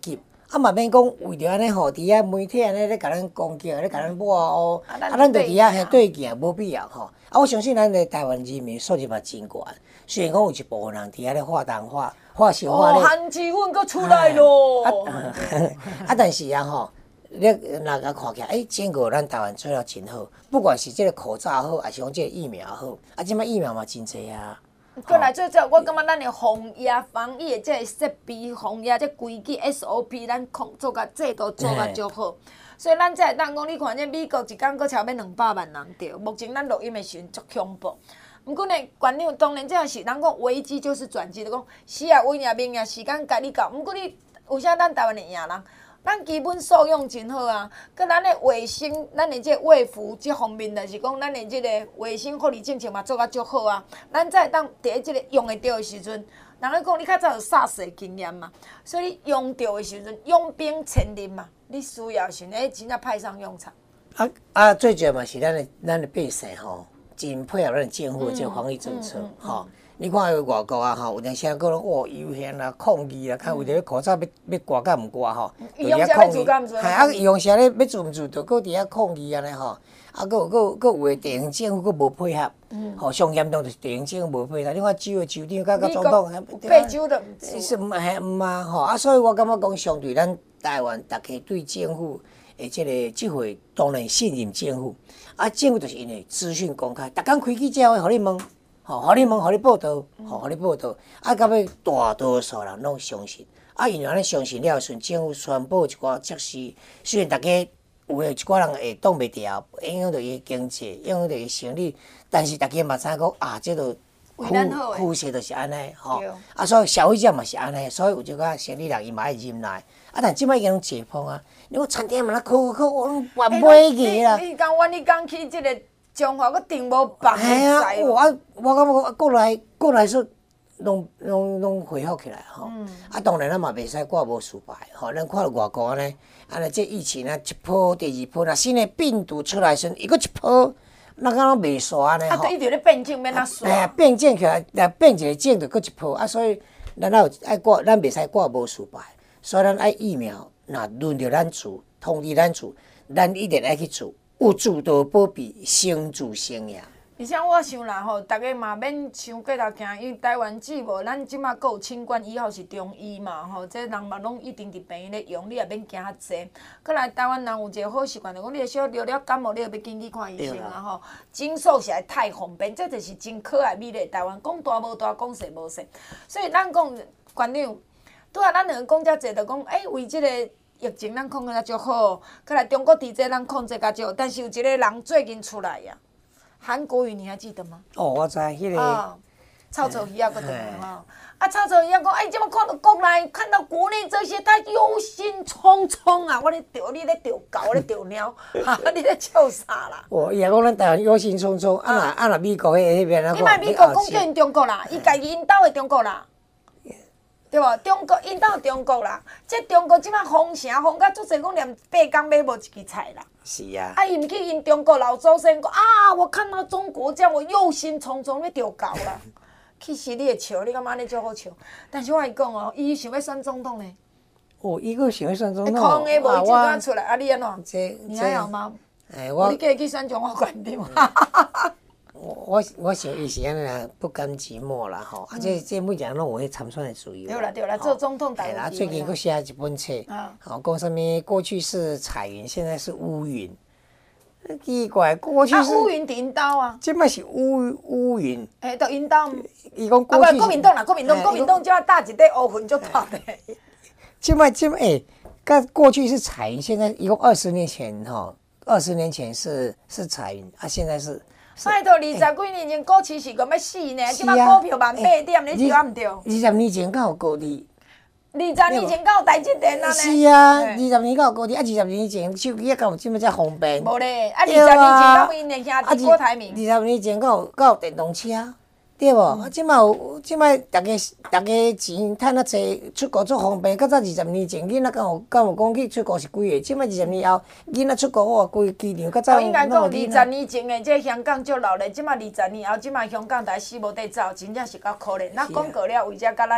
啊嘛免讲为着安尼吼，伫遐媒体安尼咧甲咱攻击，咧甲咱抹黑，啊咱就伫遐嘿对镜，无必要吼。啊，我相信咱的台湾人民素质嘛真悬，虽然讲有一部分人伫遐咧化妆化化小化咧，
哦，韩之粉佫出来咯。
啊，但是啊吼。你若甲看起来，诶，整个咱台湾做了真好，不管是即个口罩好，还是讲即个疫苗好，啊，即摆疫苗嘛真济啊。
过来最主要，我感觉咱的防疫、防疫的这个设备、防疫这规矩 S O P， 咱控做甲制度做甲足好，所以咱才会当讲，你看这美国一工佫超要两百万人着，目前咱录音的时阵足恐怖。毋过呢，观众当然这也是咱讲危机就是转机，就讲死也稳也命也时间甲你到。毋过你为啥咱台湾会赢人？咱基本素养真好啊，佮咱的卫生，咱的这卫福这方面，就是讲咱的这个卫生护理政策嘛做甲足好啊。咱才会当伫即个用会着的时阵，人咧讲你较早有 SARS 经验嘛，所以你用着的时阵用兵千人嘛，你需要时诶真正派上用场。
啊啊，最主要嘛是咱的咱的百姓吼，真配合咱的政府的这防疫政策吼。嗯嗯嗯你看外国啊，吼，有阵时啊，个人哦，悠闲啦、抗议啦，看为着口罩要要挂甲毋挂吼，
伊用啥要做甲毋做？
系啊，伊用啥咧要做毋做，着搁伫遐抗议安尼吼。啊，搁搁搁有诶地方政府搁无配合，吼，上严重就是地方政府无配合。你看州诶州长甲甲总统，
八州都毋做。
是毋系毋嘛吼，啊，所以我感觉讲，相对咱台湾，大家对政府诶，即个即回当然信任政府。啊，政府就是因为资讯公开，逐工开记者会，互你问。吼，互你问，互你报道，吼，互你报道，啊，到尾大多数人拢相信，啊，因为安尼相信了，顺政府宣布一寡措施，虽然大家有诶一寡人会挡袂牢，影响到伊经济，影响到伊生理，但是大家嘛知影讲啊，即个辐辐射就是安尼，吼，啊，所以消费者嘛是安尼，所以有一寡生理人伊嘛爱忍耐，啊，但即摆已经解封啊，你讲餐厅嘛，那扣扣我拢办买去啦。
你讲我你讲去即个。中华佫订无放会使
无？啊，我感觉国内国内说拢拢拢恢复起来吼。嗯、啊，当然咱嘛袂使挂无失败吼。咱看到外国安尼，安尼这疫情啊一波第二波，若新的病毒出来时，伊佫一波，那敢若袂煞呢
吼。啊，伊就咧变种，免哪煞。
哎呀，变种起来，若变一个种就佫一波啊，所以咱有爱挂，咱袂使挂无失败，所以咱爱疫苗，若轮着咱做，通知咱做，咱一定爱去做。有自道保庇，生自生赢。
而且我想啦吼，大家嘛免伤过头惊，因为台湾只无咱即马佫有清冠一号是中医嘛吼，这人嘛拢一定伫病院咧用，你也免惊遐济。过来台湾人有一个好习惯，就讲你会小了了感冒，你就要紧去看医生啊吼。诊所实在太方便，这就是真可爱美丽的台湾，讲大无大，讲细无细。所以咱讲观众，拄啊，咱两个讲遮济，就讲诶，为即个。疫情咱控制较足好，再来中国地这咱控制较足，但是有一个人最近出来呀，韩国瑜你还记得吗？
哦，我知，迄、那个。
啊，臭臭鱼啊，个等哈。啊，臭臭鱼啊，讲哎，怎么看到国内，看到国内这些，他忧心忡忡啊！我咧钓，你咧钓狗，我咧钓鸟，哈，你咧笑啥啦？
哦，伊也讲咱台湾忧心忡忡，啊那啊那美国迄迄边啊，
伊卖美国讲叫因中国啦，伊家己因兜的中国啦。对无？中国因到中国啦，即中国即摆封城封甲足侪，讲连八工买无一支菜啦。
是啊。
啊，伊毋去因中国老祖先讲啊，我看到中国这样，我忧心忡忡要钓狗啦。其实你会笑，你感觉安尼足好笑。但是我会讲哦，伊想要选总统呢。
哦，伊个想要选总统。
空的无一张出来，啊，你安怎？
这
你还好吗？
哎，我。
你计去选中华馆长。
我我想伊是安尼啦，不甘寂寞啦吼，啊这这每人拢有迄参选的自由。
对啦对啦，做总统
代。啦，最近佫写一本册，好讲啥物？过去是彩云，现在是乌云。奇怪，过去是。
啊，乌云伫因兜啊。
即摆是乌乌云。
诶，伫因兜。
伊讲过去。
啊，不，国民党啦，国民党，国民党即摆搭一块乌云足大的。
即摆即摆诶，甲过去是彩云，现在伊讲二十年前吼，二十年前是是彩云，啊，现在是。
拜托，二十几年前股市是讲要死呢，即摆股票万八点，你对啊毋对？
二十年前敢有高低？
二十年前敢有台积电啊呢？
是啊，二十年敢有高低？啊，二十年前手机啊，敢有即摆遮方便？
无咧，啊，二十年前敢有因的兄弟郭台铭？
二十年前敢有敢有电动车？对无？啊，即摆有，即摆大家大家钱趁啊济，出国足方便。较早二十年前，囡仔敢有敢有讲去出国是几个？即摆二十年后，囡仔出国哇，规机场较早。
应该讲二十年前的这香港足闹热，即摆二十年后，即摆香港台死无得走，真正是较可怜。那讲过了，为遮甲咱的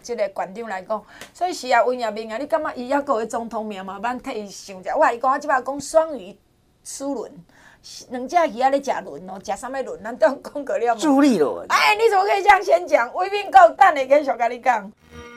即个县长来讲，所以是啊，温业明啊，你感觉伊还阁有总统命嘛？咱替伊想者。我甲你讲，我即摆讲双鱼酥轮，两只鱼仔咧食轮哦，食啥物轮？咱都讲过了嘛。
助力轮。
哎，你怎么可以这样先讲？威敏够，等下继续甲你讲。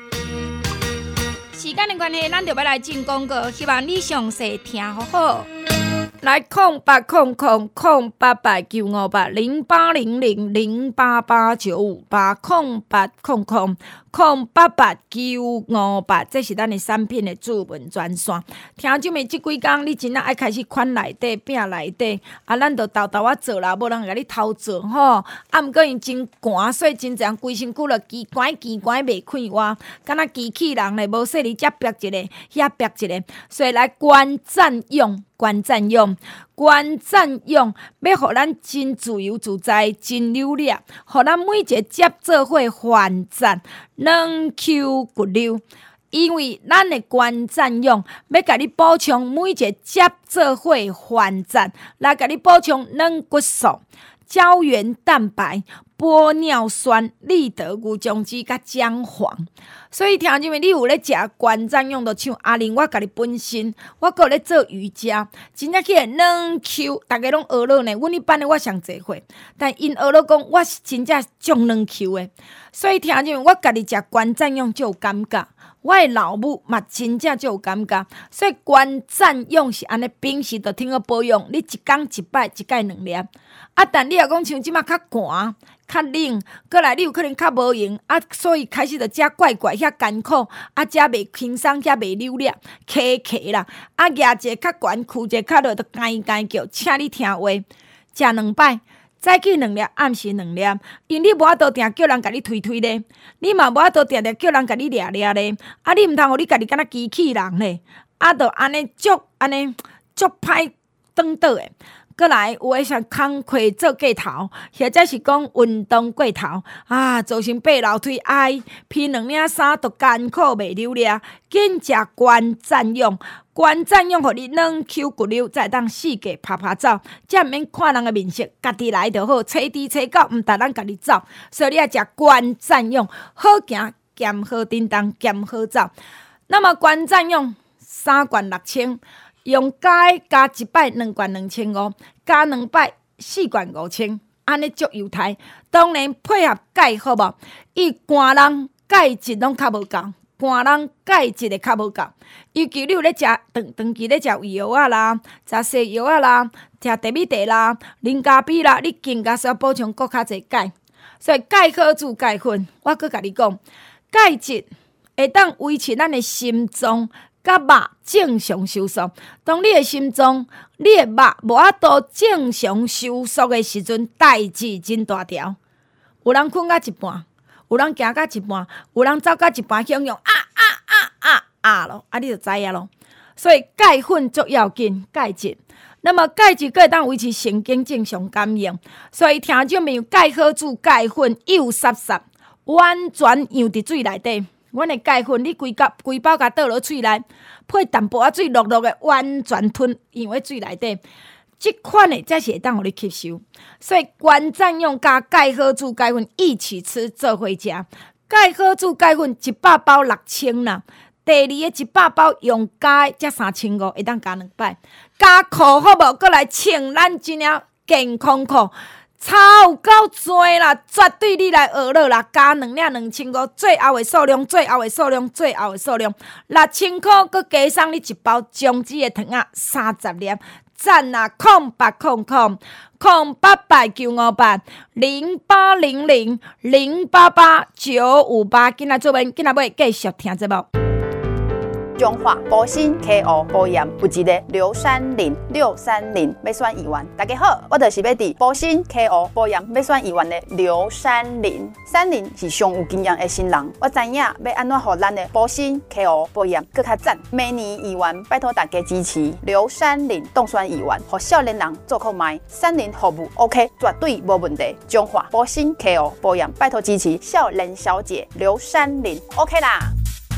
时间的关系，咱就要来进广告，希望你详细听好好。来空八空空空八八九五八零八零零零八八九五八空八空空空八八九五八，这是咱的产品的主文专线。听众们，即几工你真正爱开始款内底拼内底，啊，咱就豆豆啊做啦，无人甲你偷做吼。啊，毋过因真寒，所以真正规身躯了奇怪奇怪袂快活，敢若机器人咧，无说你遮逼一个，遐逼一个，所以来观战用。观战用，观战用，要互咱真自由自在，真流利，互咱每一个接做伙反战，两 Q 骨溜。因为咱的观战用要甲你补充每一个接做伙反战，来甲你补充软骨素、胶原蛋白、玻尿酸、利得牛种子甲姜黄。所以听众们，你有咧食观战用，就像阿玲，我家己本身，我搁咧做瑜伽，真正去软 Q， 大家拢学了呢。阮一般的我上侪岁，但因学了讲，我是真正种软 Q 的。所以听众们，我家己食观战用就有感觉。我的老母嘛，真正就有感觉，所以观战用是安尼，平时就听个保养，你一工一摆，一摆两粒。啊，但你若讲像即马较寒、较冷，过来你有可能较无用，啊，所以开始就食怪怪，遐艰苦，啊，食袂轻松，遐袂流利，咳咳啦，啊，牙一个较悬，躯一个较落，就干干叫，请你听话，食两摆。早起两粒，暗时两粒，因你无法度定叫人甲你推推咧，你嘛无法度定定叫人甲你掠掠咧，啊，你毋通互你家己敢若机器人咧，啊，就安尼足安尼足歹转倒诶。过来有诶像工课做过头，或者是讲运动过头啊，造成爬楼梯挨披两领衫都艰苦袂流利，紧食观战用。观战用，互你软 Q 骨溜，再当四界拍拍走，才毋免看人诶面色，家己来就好。找猪找狗，毋值咱家己走，所以你要食观战用，好行兼好叮当，兼好走。那么观战用三罐六千。用钙加一摆两罐两千五，加两摆四罐五千，安尼足优待。当然配合钙好无？伊寒人钙质拢较无够，寒人钙质会较无够。尤其你有咧食长长期咧食胃药啊啦，食西药啊啦，食地米茶啦，啉咖啡啦，你更加需要补充搁较侪钙。所以钙壳煮钙粉，我搁甲你讲，钙质会当维持咱的心脏。甲肉正常收缩，当你的心脏、你的肉无法度正常收缩的时阵，代志真大条。有人困到一半，有人行到一半，有人走到一半，汹涌啊啊啊啊啊咯，啊你就知影咯。所以钙粉足要紧，钙质。那么钙质可以当维持神经正常感应，所以听众朋友，钙好煮钙粉幼湿湿，完全养伫水内底。阮的钙粉，你规包规包甲倒落嘴内，配淡薄仔水落落的，完全吞用喺水内底。即款的才是会当互你吸收。所以观战用加钙好煮钙粉一起吃，做伙食。钙好煮钙粉一百包六千啦，第二个一百包用加才三千五，会当加两摆。加裤好无？过来穿咱真正健康裤。差有够多啦，绝对你来学了啦！加两领两千五，最后的数量，最后的数量，最后的数量，六千块，佮加送你一包姜子的糖仔三十粒，赞啊！空八空空空八八九五八零八零零零八八九五八，今仔做面，今仔要继续听节目。
中华保心 K O 保养有一个刘山林六三零要选议员，大家好，我就是要伫保心 K O 保养要选议员的刘山林。山林是上有经验的新人，我知影要安怎互咱的保心 K O 保养更较赞。明年议员拜托大家支持刘山林当选议员，互少年人做购买，山林服务 OK， 绝对无问题。中华保心 K O 保养拜托支持少年小姐刘山林 OK 啦。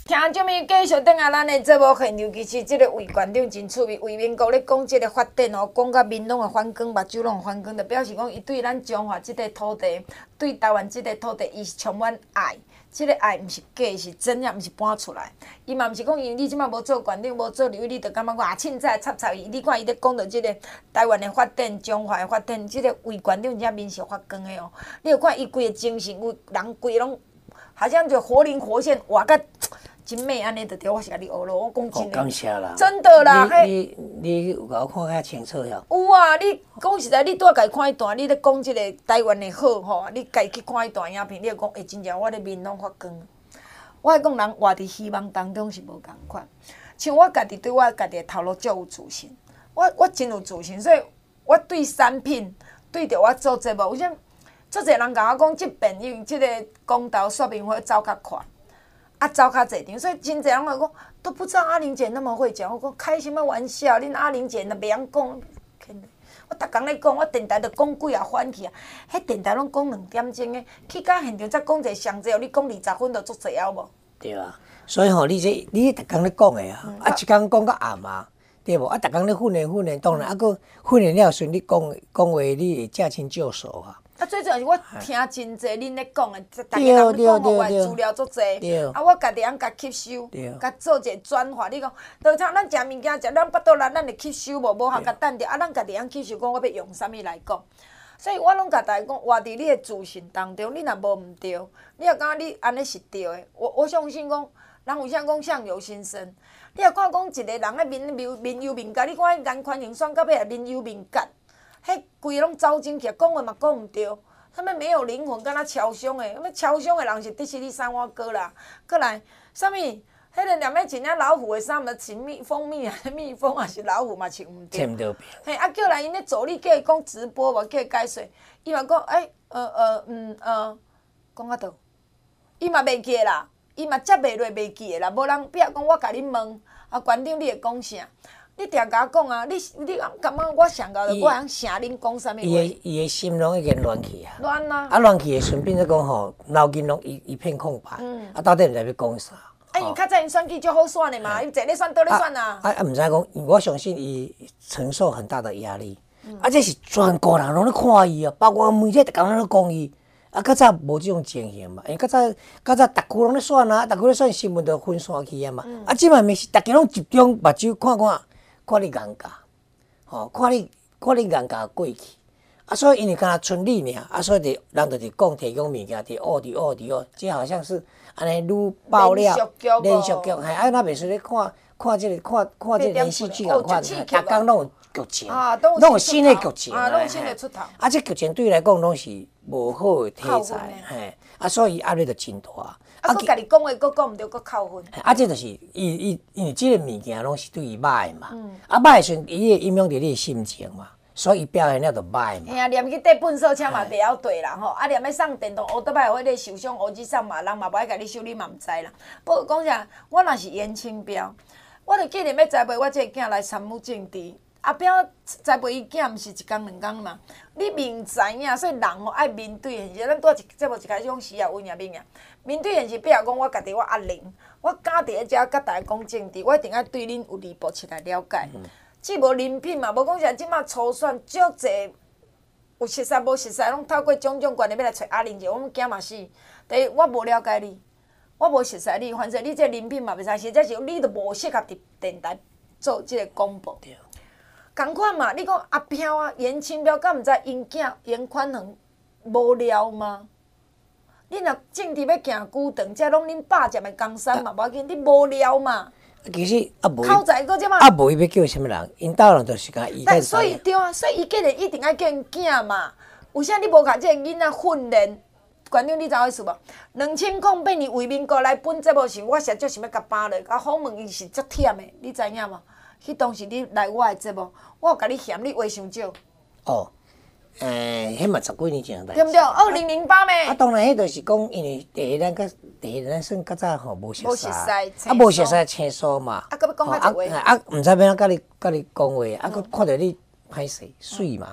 听众们继续等下咱的节目现场，其实即个魏馆长真趣味。魏民国咧讲即个发展哦，讲甲面拢会反光，目睭拢会反光，就表示讲伊对咱中华即个土地，对台湾即个土地，伊是充满爱。即个爱毋是假，是真也毋是搬出来。伊嘛毋是讲因为你即摆无做馆长，无做立委，你就感觉讲啊，凊彩插插伊。你看伊咧讲到即个台湾的发展，中华的发展，即个魏馆长真正面是发光的哦。你有看伊规个精神，有人规个拢好像就活灵活现，活甲。真美安尼就对，我是甲你学咯。我讲真诶，
感谢啦，
真的啦。
你你你有甲我看较清楚呀？
有啊，你讲实在，你拄仔家看一段，你咧讲即个台湾的好吼，你家去看一段影片，你会讲，会真正我咧面拢发光。我讲人活伫希望当中是无共款，像我家己对我家己的头路足有自信，我我真有自信，所以我对产品对着我做节目，有啥足侪人甲我讲，即边因为即个公投说明会走较快。啊，走较侪场，所以真侪人来讲都不知道阿玲姐那么会讲。我讲开什么玩笑？恁阿玲姐若袂晓讲，我逐工咧讲，我电台就讲几啊番去啊。迄电台拢讲两点钟的，去到现场才讲者上济，你讲二十分就足济啊无？
对啊，所以吼，你这你逐工咧讲的啊，啊一工讲到暗啊，对无？啊，逐工咧训练训练，当然啊，佮训练了顺，你讲讲话你会驾轻就熟啊。
啊，最主要是我听真侪恁咧讲的，逐个人咧讲互我资料足侪，啊，我家己通甲吸收，甲做一个转化。你讲，就像咱食物件食，咱巴肚力，咱会吸收无？无通甲等着，啊，咱家己通吸收，讲我要用啥物来讲。所以我拢甲大家讲，活伫你的自信当中，你若无毋对，你若感觉你安尼是对的，我我相信讲，人有啥讲相由心生。你若看讲一个人咧面面面优面格，你看颜宽型选到尾面优面格。迄规个拢走进去，讲话嘛讲毋对，啥物没有灵魂，敢若超商的，啥物超商的人是迪士尼三碗糕啦，过来啥物，迄个念要穿遐老虎的衫，嘛穿蜜蜂蜜啊，蜜蜂也是老虎嘛穿毋对。
穿毋对。
嘿，啊叫来因咧助理叫伊讲直播无，叫伊解说，伊嘛讲，诶、欸，呃呃嗯呃，讲啊倒，伊嘛袂记啦，伊嘛接袂落袂记的啦，无人比如讲我甲恁问，啊馆长你会讲啥？你定甲我讲啊！你你感觉我上到，我通写恁讲啥物话？
伊的伊的心拢已经乱去啊！
乱啊！
啊乱去的顺便就讲吼，脑筋拢一一片空白。嗯。啊，到底毋知要讲啥？
啊，因较早因选举足好选的嘛，伊坐咧选倒咧选啊。
啊啊！毋知讲，我相信伊承受很大的压力。嗯。啊，这是全国人拢咧看伊啊，包括媒体逐工咧讲伊。啊，较早无即种情形嘛，因为较早较早逐区拢咧选啊，逐区咧选新闻就分散去啊嘛。嗯。啊，即摆咪是逐家拢集中目睭看看。看你眼价，吼，看你看你眼价过去，啊，所以因为敢若剩你尔，啊，所以就人就伫讲提供物件，伫学伫学伫学，这好像是安尼愈爆料，连续剧，嘿，啊，那袂说咧看看即个看看即个连续剧共款，逐工拢有剧情，拢有新的剧情，
啊，拢有新的出头，
啊，这剧情对伊来讲拢是无好的题材，嘿，啊，所以压力就真大。
啊，佮家己讲话，佮讲毋对，佮扣分。
啊，这就是伊伊因为即个物件拢是对伊歹嘛，嗯、啊歹的时阵，伊会影响着你的心情嘛，所以伊表现了就歹嘛。
嘿啊，连去缀粪扫车嘛袂晓对啦吼，啊连要送电动乌倒摆有迄个受伤乌机送嘛，人嘛无爱甲你修，你嘛毋知啦。不过讲啥，我若是严清标，我著既然要栽培我这个囝来参与政治。阿表栽培伊囝，毋是一工两工嘛？你明知影，所以人吼爱面对现实。咱拄仔一节目一开始讲时也有影面啊。面对现实，比如讲我家己我阿玲，我敢伫咧遮甲大家讲政治，我一定爱对恁有二步七来了解。只无人品嘛，无讲啥即马初选足侪有熟识无熟识，拢透过种种关系要来找阿玲姐。我们囝嘛是，第一我无了解你，我无熟识你，反正你这人品嘛袂使，实在是你都无适合伫电台做即个广播。同款嘛，你讲阿飘啊，严清标，敢毋知因囝严宽恒无聊吗？你若政治要行久长，这拢恁爸占的江山嘛，无要紧，你无聊嘛？
其实啊无，
口才个即嘛，
啊无伊要叫什么人，因兜人就是甲伊。
但所以对啊，所以伊既然一定爱叫因囝嘛，为啥你无甲这个囡仔训练？馆长，你知影意思无？两千零八年为民国来本节目时，我实在想要甲扒落，甲访问伊是足忝的，你知影无？迄当时你来我的节目，我有甲你嫌你话伤少。
哦，诶，迄嘛十几年前代。
对毋对？二零零八咩？
啊，当然，迄就是讲，因为第一咱甲第一咱算较早吼无熟识，
啊
无熟识青疏嘛。
啊，搁要讲较一话。
啊，毋知要安甲你甲你讲话，啊，搁看到你歹势水嘛吼。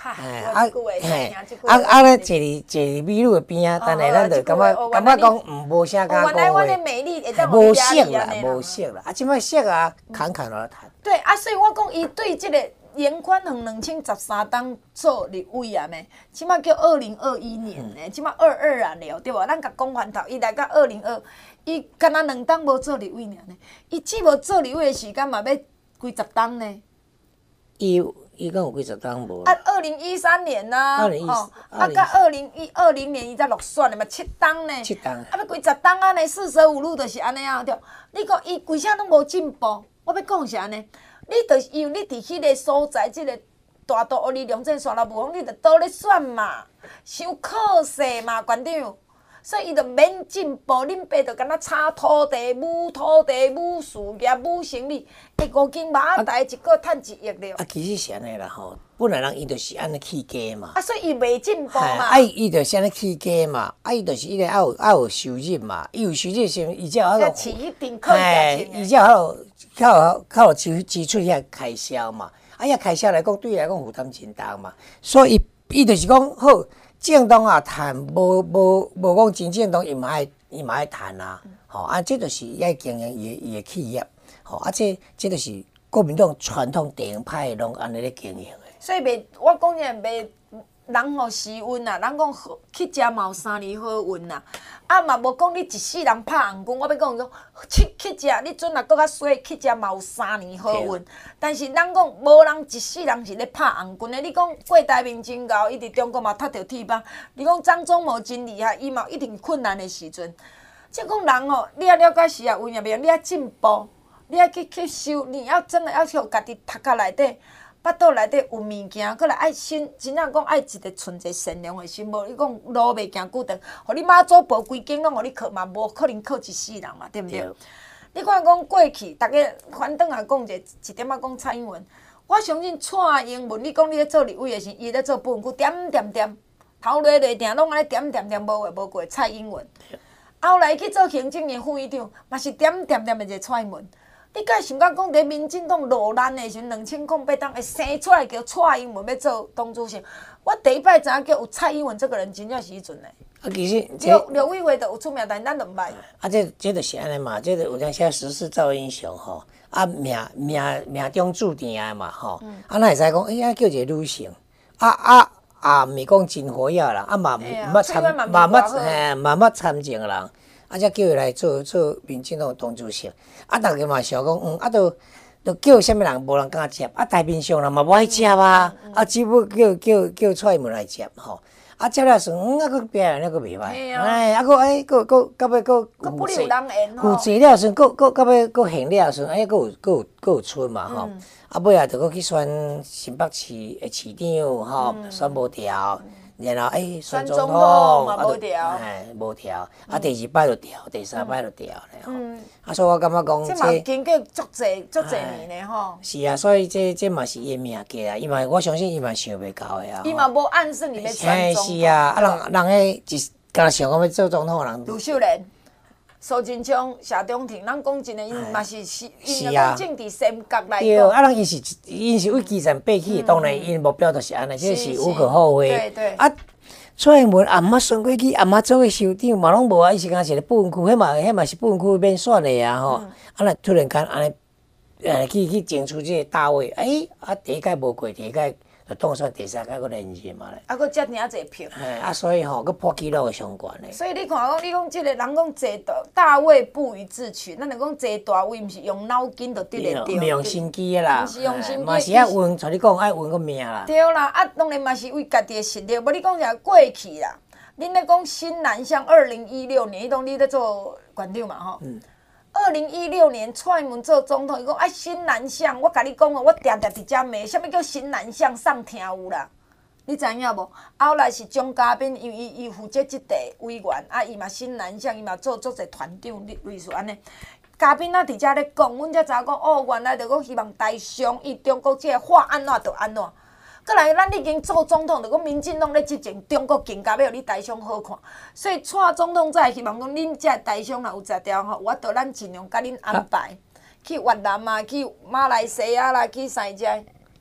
哈，
哎
我即句话
嘿
听即句
啊
话
啊咧，坐伫坐伫美女的边啊，等下咱就感觉感觉讲嗯无啥敢
原来
讲话
我的，美丽会当
无色啦，
啦，
无色啦，啊，即摆色啊，侃侃而谈。
对啊，所以我讲伊对即个严宽恒两千十三当做立委啊咩，即摆叫二零二一年呢，即摆二二啊了，对无？咱甲讲翻头，伊来到二零二，伊敢若两当无做立委尔呢，伊只无做立委的时间嘛要几十当呢。
伊伊讲有几十当无？
啊，二零一三年呐，
二零一
哦，啊，到二零一二零年伊才落选的嘛，七当呢，
七当
啊，要几十当安尼，四舍五入就是安尼啊，对。你讲伊规啥拢无进步，我要讲是安尼，你就是因为你伫迄个所在，即、这个大道学力量这线路无方，你着倒咧选嘛，伤可惜嘛，馆长。所以伊就免进步，恁爸就敢若炒土地、舞土地、舞事业、舞生理，会五斤马大一个趁一亿了。
啊，其实是安尼啦吼，本来人伊就是安尼起家嘛。
啊，所以伊袂进步嘛。
啊，伊就是安尼起家嘛，啊，伊就是伊个爱有爱有收入嘛，伊有收入时，伊才有迄
饲一定靠
哎，伊才有较有较有支支出遐开销嘛。啊，遐开销来讲，对伊来讲负担真重嘛。所以伊伊就是讲好。正当啊，谈无无无讲真正当，伊嘛爱伊嘛爱谈啊，吼啊，这就是爱经营伊伊的企业，吼啊，这这就是国民党传统电影派拢安尼咧经营的。
所以袂，我讲也袂人互时运啊，人讲去食嘛有三年好运啊，啊嘛无讲你一世人拍红棍，我要讲讲去去食，你阵若搁较衰，去食嘛有三年好运。但是咱讲无人一世人是咧拍红棍的，你讲郭台铭真高，伊伫中国嘛踢着铁棒。你讲张忠谋真厉害，伊嘛有一定困难的时阵。即讲人哦，你要了解时啊，有影袂？你要进步，你要去吸收，你要真的要去互家己读壳内底。巴肚内底有物件，过来爱心，真正讲爱一个纯洁善良的心，无你讲路袂行久长，互你妈祖婆规间拢互你靠嘛，无可能靠一世人嘛，对毋对？对你看讲过去，逐个反倒来讲一一点仔讲蔡英文，我相信蔡英文，你讲你咧做立委的时，伊咧做保安局，点点点，头落落定拢安尼点点点无话无过蔡英文，后来去做行政院副院长，嘛是点点点的一个蔡英文。你敢会想讲讲，伫民进党落难的时阵，两千零八当会生出来叫蔡英文要做党主席？我第一摆知影叫有蔡英文这个人，真正是迄阵嘞。
啊，其实
刘刘伟伟就有出名，但咱就毋捌。
啊，这这就是安尼嘛，这个有当时时势造英雄吼，啊命命命中注定的嘛吼，嗯、啊，咱会使讲，哎呀，叫一个女性，啊啊啊，毋是讲真活跃啦，啊嘛毋捌参，嘛捌嘿，嘛捌参政人。啊，才叫伊来做做民进党党主席，啊，逐个嘛想讲，嗯，啊，都都叫啥物人，无人敢接，啊，台面上人嘛无爱接啊，啊，只不叫叫叫蔡英文来接吼，啊，接了算，嗯，啊，佫表现了佫袂歹，哎，啊，佫哎，佫佫到尾佫
负责，
负责了算，佫佫到尾佫行了算，哎，佫有佫有佫有出嘛吼，啊，尾啊，着佫去选新北市的市长吼，选无调。然后诶，选总统
嘛无调，
哎，无调，啊，第二摆就调，第三摆就调咧吼。啊，所以我感觉讲，
这嘛经过足济足济年咧吼。
是啊，所以这这嘛是伊命格啊，伊嘛我相信伊嘛想袂到的啊。
伊嘛无暗示你要选总统。
是啊，啊人人诶，一敢想讲要做总统的人。
卢秀莲。苏贞昌、谢中廷，咱讲真诶，因嘛是是，因为讲政治三角来讲。
对，啊，人伊是因是为基层爬起，当然因目标就是安尼，这是无可厚非。
对对。
啊，蔡英文阿嬷选过去，阿嬷做个首长嘛拢无啊，伊是讲是咧保安区，迄嘛迄嘛是保安区免选的啊吼。啊，那突然间安尼，呃，去去争取这个大位，诶，啊，第一届无过，第二届。就当选第三届个连任嘛咧，
啊，佫遮尔啊侪票，
哎，啊，所以吼，佫破纪录个相关咧。
所以你看讲，你讲即个人讲坐大大位不予自取，咱就讲坐大位，毋是用脑筋就得得着，
毋用心机啦，
毋是用心机，
嘛是爱运，像你讲爱运个命啦。
对啦，啊，当然嘛是为家己的实力，无你讲啥过去啦，恁咧讲新南向二零一六年，迄当你咧做馆长嘛吼。嗯。二零一六年蔡英文做总统，伊讲啊新南向，我甲你讲哦，我定定伫遮骂，啥物叫新南向上听有啦？你知影无？后来是钟嘉宾，因为伊伊负责即地委员，啊伊嘛新南向，伊嘛做做者团长类似安尼。嘉宾啊伫遮咧讲，阮才知影讲哦，原来着讲希望台商以中国即个话安怎着安怎。过来，咱已经做总统，就讲民进党咧执政，中国更加要互你台商好看，所以蔡总统才会希望讲，恁遮台商若有食条吼，我倒咱尽量甲恁安排，去越南啊，去马来西亚啦，去啥遮。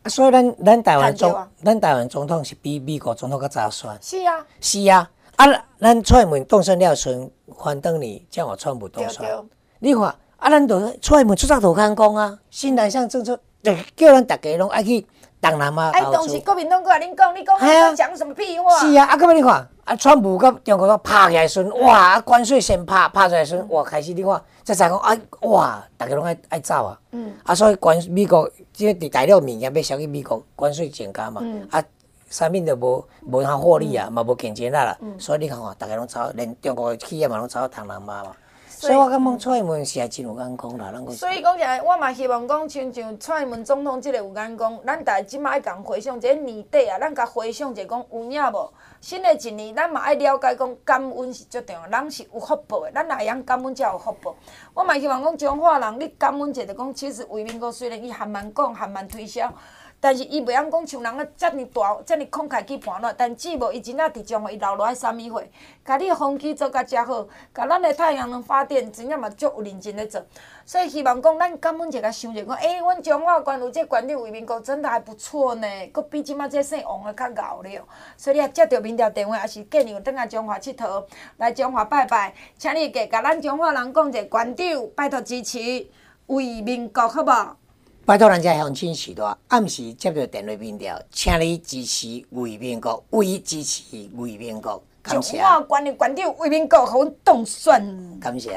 啊，所以咱咱台湾总
看到啊
咱台湾总统是比美国总统较早选。
是啊，
是啊，啊，咱蔡英文当选了阵，反等你才互川普当选
对对。
你看，啊，咱就蔡英文出早就敢讲啊，新南向政策就叫咱大家拢爱去东南亚
哎，
投资。
当时国民党过来恁讲，你讲
哎呀
你讲什么屁话？
是啊，啊，到尾你看，啊，川普甲中国拍起来时阵，哇，啊，关税先拍，拍出来时阵，哇，开始你看，才知讲，啊，哇，大家拢爱爱走啊。嗯。啊，所以关美国即个伫大陆物件要销去美国，关税增加嘛。嗯。啊，产品就无无通获利啊，嘛无竞争力啦。嗯。所以你看哦，大家拢走，连中国企业嘛拢走到东南亚嘛。所以我感觉蔡英文是还真有眼光啦，咱个。
所以讲起来，我嘛希望讲，亲像蔡英文总统即个有眼光，咱大家即摆爱共回想，一个年底啊，咱甲回想者讲有影无？新的一年，咱嘛爱了解讲感恩是足重要，人是有福报的，咱若会晓感恩才有福报。我嘛希望讲中华人，你感恩者就讲，其实为民国虽然伊含慢讲、含慢推销。但是伊袂晓讲像人啊，遮尔大、遮尔慷慨去盘落，但只无伊真正伫中华伊留落来三米岁，甲你风机做甲遮好，甲咱的太阳能发电真正嘛足有认真咧做。所以希望讲咱感恩者甲想者讲，诶、欸，阮中华县有这县长为民国真的还不错呢，佫比即马这姓王的较敖了。所以你若接到民调电话，也是建议有转来中华佚佗，来中华拜拜，请你加甲咱中华人讲者县长，拜托支持为民国，好无？
拜托咱遮乡亲时代，暗时接到电话民调，请你支持为民国，为支持为民国，感谢。
中华县的县长为民国，互阮当选。
感谢。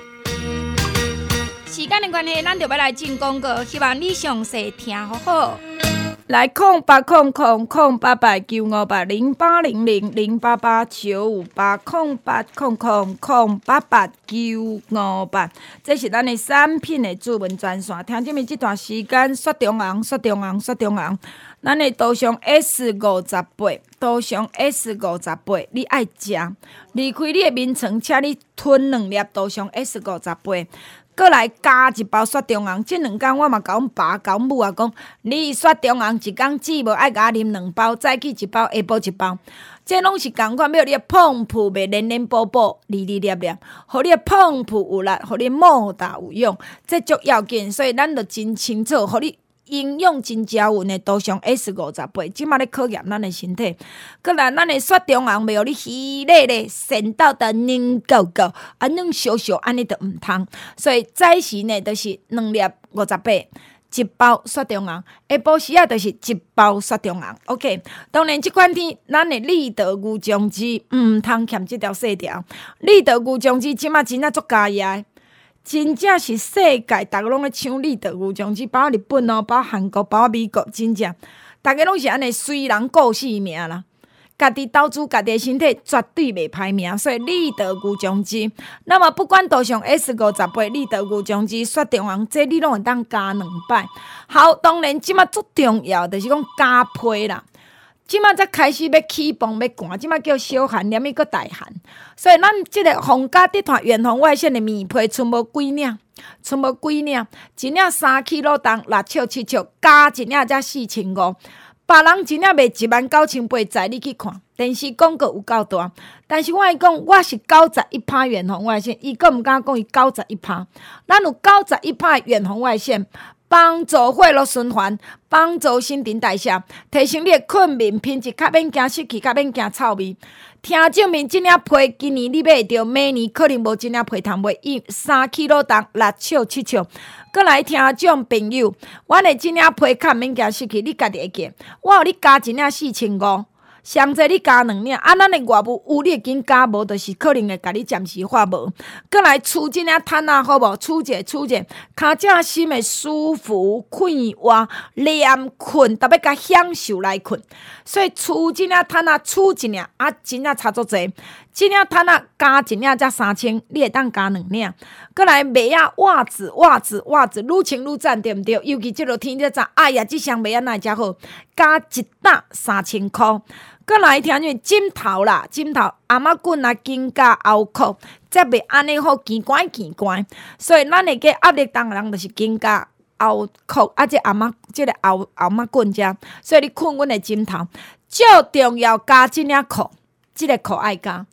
时间的关系，咱就要来进广告，希望你详细听好好。来空八空空空八八九五八零八零零零八八九五八空八空空空八八九五八，这是咱的产品的主文专线。听这么这段时间，雪中红，雪中红，雪中红，咱的刀上 S 五十八，刀上 S 五十八，你爱食，离开你的眠床，请你吞两粒刀上 S 五十八。过来加一包雪中红，即两天我嘛甲阮爸、甲阮母啊讲，你雪中红一工只无爱甲我啉两包，早起一包，下晡一包。这拢是共款，要你的碰扑袂黏黏补补、哩哩粒粒，互你的碰扑有力，互你莫大有用，这足要紧。所以咱着真清楚，互你营养真佳稳的多上 S 五十八，即马咧考验咱的身体。过来，咱的雪中红袂互你稀咧咧、咸到的黏糊糊，啊软烧烧安尼就毋通。所以早时呢，就是两粒五十八。一包雪中红，下晡时啊，就是一包雪中红。OK， 当然即款天，咱的立德牛酱汁毋通欠即条细条。立德牛酱汁即马真正足加业，真正是世界逐个拢咧抢立德牛酱汁，包括日本哦，包括韩国，包括美国，真正逐个拢是安尼随人顾性命啦。家己投资家己的身体绝对袂歹命，所以立德牛酱汁。那么不管多上 S 五十八，立德牛酱汁、雪中红，这你拢会当加两摆。好，当然即马最重要就是讲加配啦。即马才开始要起风要寒，即马叫小寒，连伊个大寒。所以咱即个皇家集团远红外线的棉被，剩无几领，剩无几领，一领三 K G 重，六尺七尺，加一领才四千五。别人真正卖一万九千八，载你去看。电视广告有够大，但是我会讲，我是九十一趴远红外线，伊阁毋敢讲伊九十一趴。咱有九十一趴远红外线，帮助血液循环，帮助新陈代谢，提升你的困眠品质，较免惊失去，较免惊臭味。听证明，即领被今年你买着，明年可能无即领被通买，伊三 K G 重，六尺七尺。过来听种朋友，阮的即领被较免惊失去，你家己会记。我互你加一领四千五，上济你加两领，啊，咱的外务有你会紧加无，就是可能会甲你暂时发无。过来厝即领毯啊，好无？厝者厝者，骹正心会舒服、快活、连困，特别甲享受来困。所以厝即领毯啊，厝一领啊，真正差足济。即领毯啊，加一领才三千，你会当加两领。过来袜啊，袜子、袜子、袜子，愈穿愈赞，对毋对？尤其即落天才知，哎呀，即双袜仔哪会遮好？加一担三千箍。过来听见枕头啦，枕头阿妈棍啊，紧加后裤，则袂安尼好奇怪奇怪。所以咱会个压力当然就是紧加后裤，啊，即阿妈即个后后妈棍遮。所以你困阮的枕头，最重要加即领裤，即个裤爱加。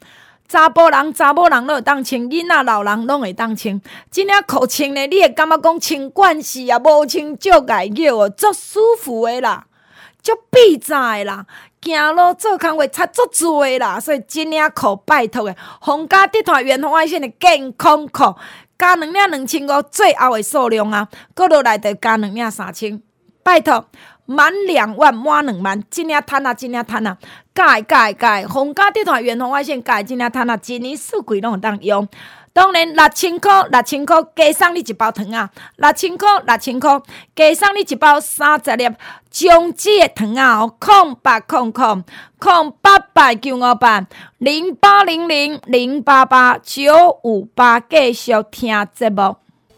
查甫人、查某人都会当穿，囡仔、老人拢会当穿。真正裤穿咧，你会感觉讲穿惯势啊，无穿足碍脚哦，足舒服的啦，足避早的啦。行路做工会差足多的啦，所以真领裤拜托的，皇家集团原红外线的健康裤，加两领两千五，最后的数量啊，搁落来就加两领三千，拜托。满两万，满两万，真领赚啊，真领赚啊！改改改，皇家集团原红外线改真领赚啊，一年四季拢有当用。当然六千块，六千块加送你一包糖啊！六千块，六千块加送你一包三十粒姜子的糖啊！哦，空八空空空八八九五八零八零零零八八九五八，继续听节目。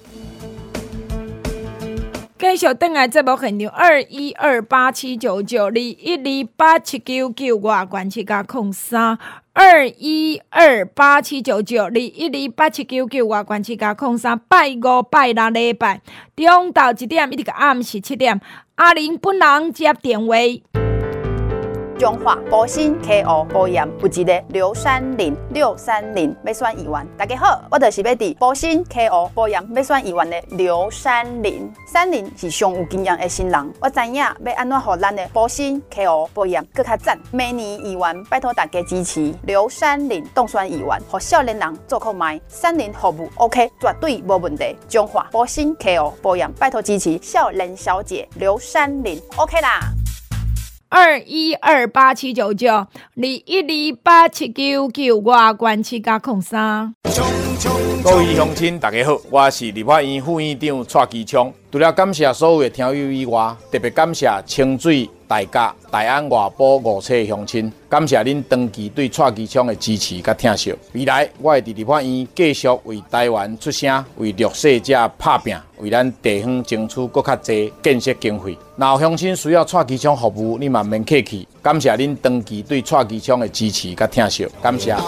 继续等来节目现场二一二八七九九二一二八七九九外关七加空三二一二八七九九二一二八七九九外关七加空三拜五拜六礼拜中昼一点一直到暗时七点，阿玲本人接电话。
中华保新 K O 保养有一个刘山林六三零要选议员，大家好，我就是要伫保新 K O 保养要选议员的刘山林。山林是上有经验的新人，我知影要安怎让咱的保新 K O 保养更较赞。明年议员拜托大家支持刘山林当选议员，让少年人做购买，山林服务 OK， 绝对无问题。中华保新 K O 保养拜托支持少年小姐刘山林 OK 啦。
二一二八七九九二一二八七九九外关七加空三。
各位乡亲，大家好，我是立法院副院长蔡其昌。除了感谢所有的听友以外，特别感谢清水、大甲、大安、外埔五处乡亲，感谢恁长期对蔡其昌的支持甲疼惜。未来我会伫立法院继续为台湾出声，为弱势者拍拼，为咱地方争取更较侪建设经费。若有乡亲需要蔡其昌服务，你嘛免客气。感谢恁长期对蔡其昌的支持甲疼惜，感谢。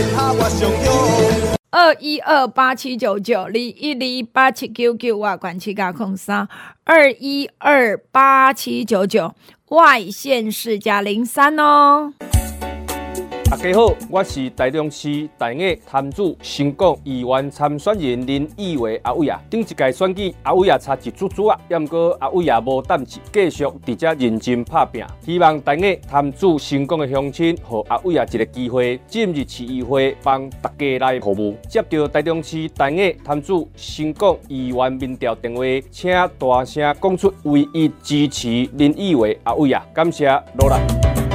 二一二八七九九二一二八七九九外关七加空三二一二八七九九外县市加零三哦。
大家好，我是台中市大雅潭子新港议员参选人林义伟阿伟啊。顶一届选举，阿伟啊差一组组啊，也毋过阿伟啊无胆志，继续伫遮认真拍拼。希望大雅潭子新港的乡亲，和阿伟啊一个机会，进入市议会帮大家来服务。接到台中市大雅潭子新港议员民调电话，请大声讲出唯一支持林义伟阿伟啊，感谢罗兰。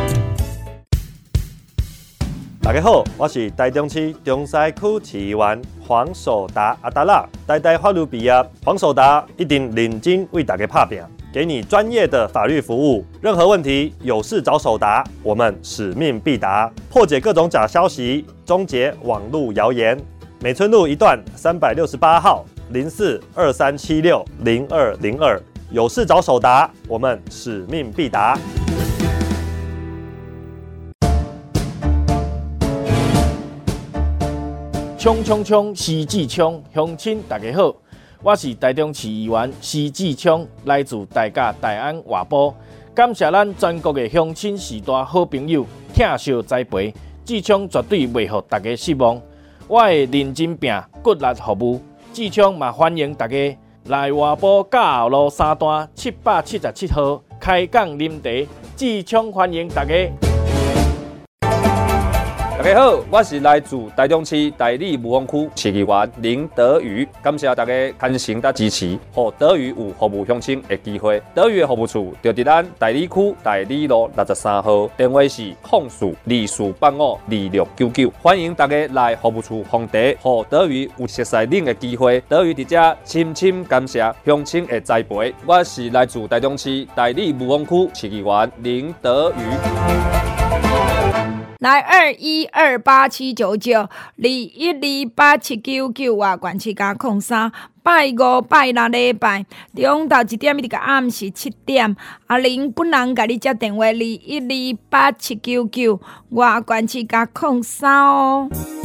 大家好，我是台中市中西区市议员黄守达阿达拉。台大法律毕业，黄守达一定认真为大家拍拼，给你专业的法律服务。任何问题有事找守达，我们使命必达，破解各种假消息，终结网络谣言。美村路一段三百六十八号零四二三七六零二零二，有事找守达，我们使命必达。
冲冲冲！施志昌，乡亲大家好，我是台中市议员施志昌，来自大甲、大安、外埔，感谢咱全国的乡亲时代好朋友疼惜栽培，志昌绝对袂互大家失望。我会认真拼，骨力服务。志昌嘛欢迎大家来外埔甲后路三段七百七十七号开讲啉茶，志昌欢迎大家。
大家好，我是来自台中市大理武丰区市议员林德瑜，感谢大家牵诚甲支持，让德瑜有服务乡亲的机会。德瑜的服务处就伫咱大理区大理路六十三号，电话是控诉二四八五二六九九，欢迎大家来服务处访茶，让德瑜有熟悉恁的机会。德瑜伫遮深深感谢乡亲的栽培。我是来自台中市大理武丰区市议员林德瑜。
来二一二八七九九二一二八七九九外关七加空三拜五拜六礼拜中昼一点一直到暗时七点，阿玲本人甲你接电话二一二八七九九外关七加空三哦。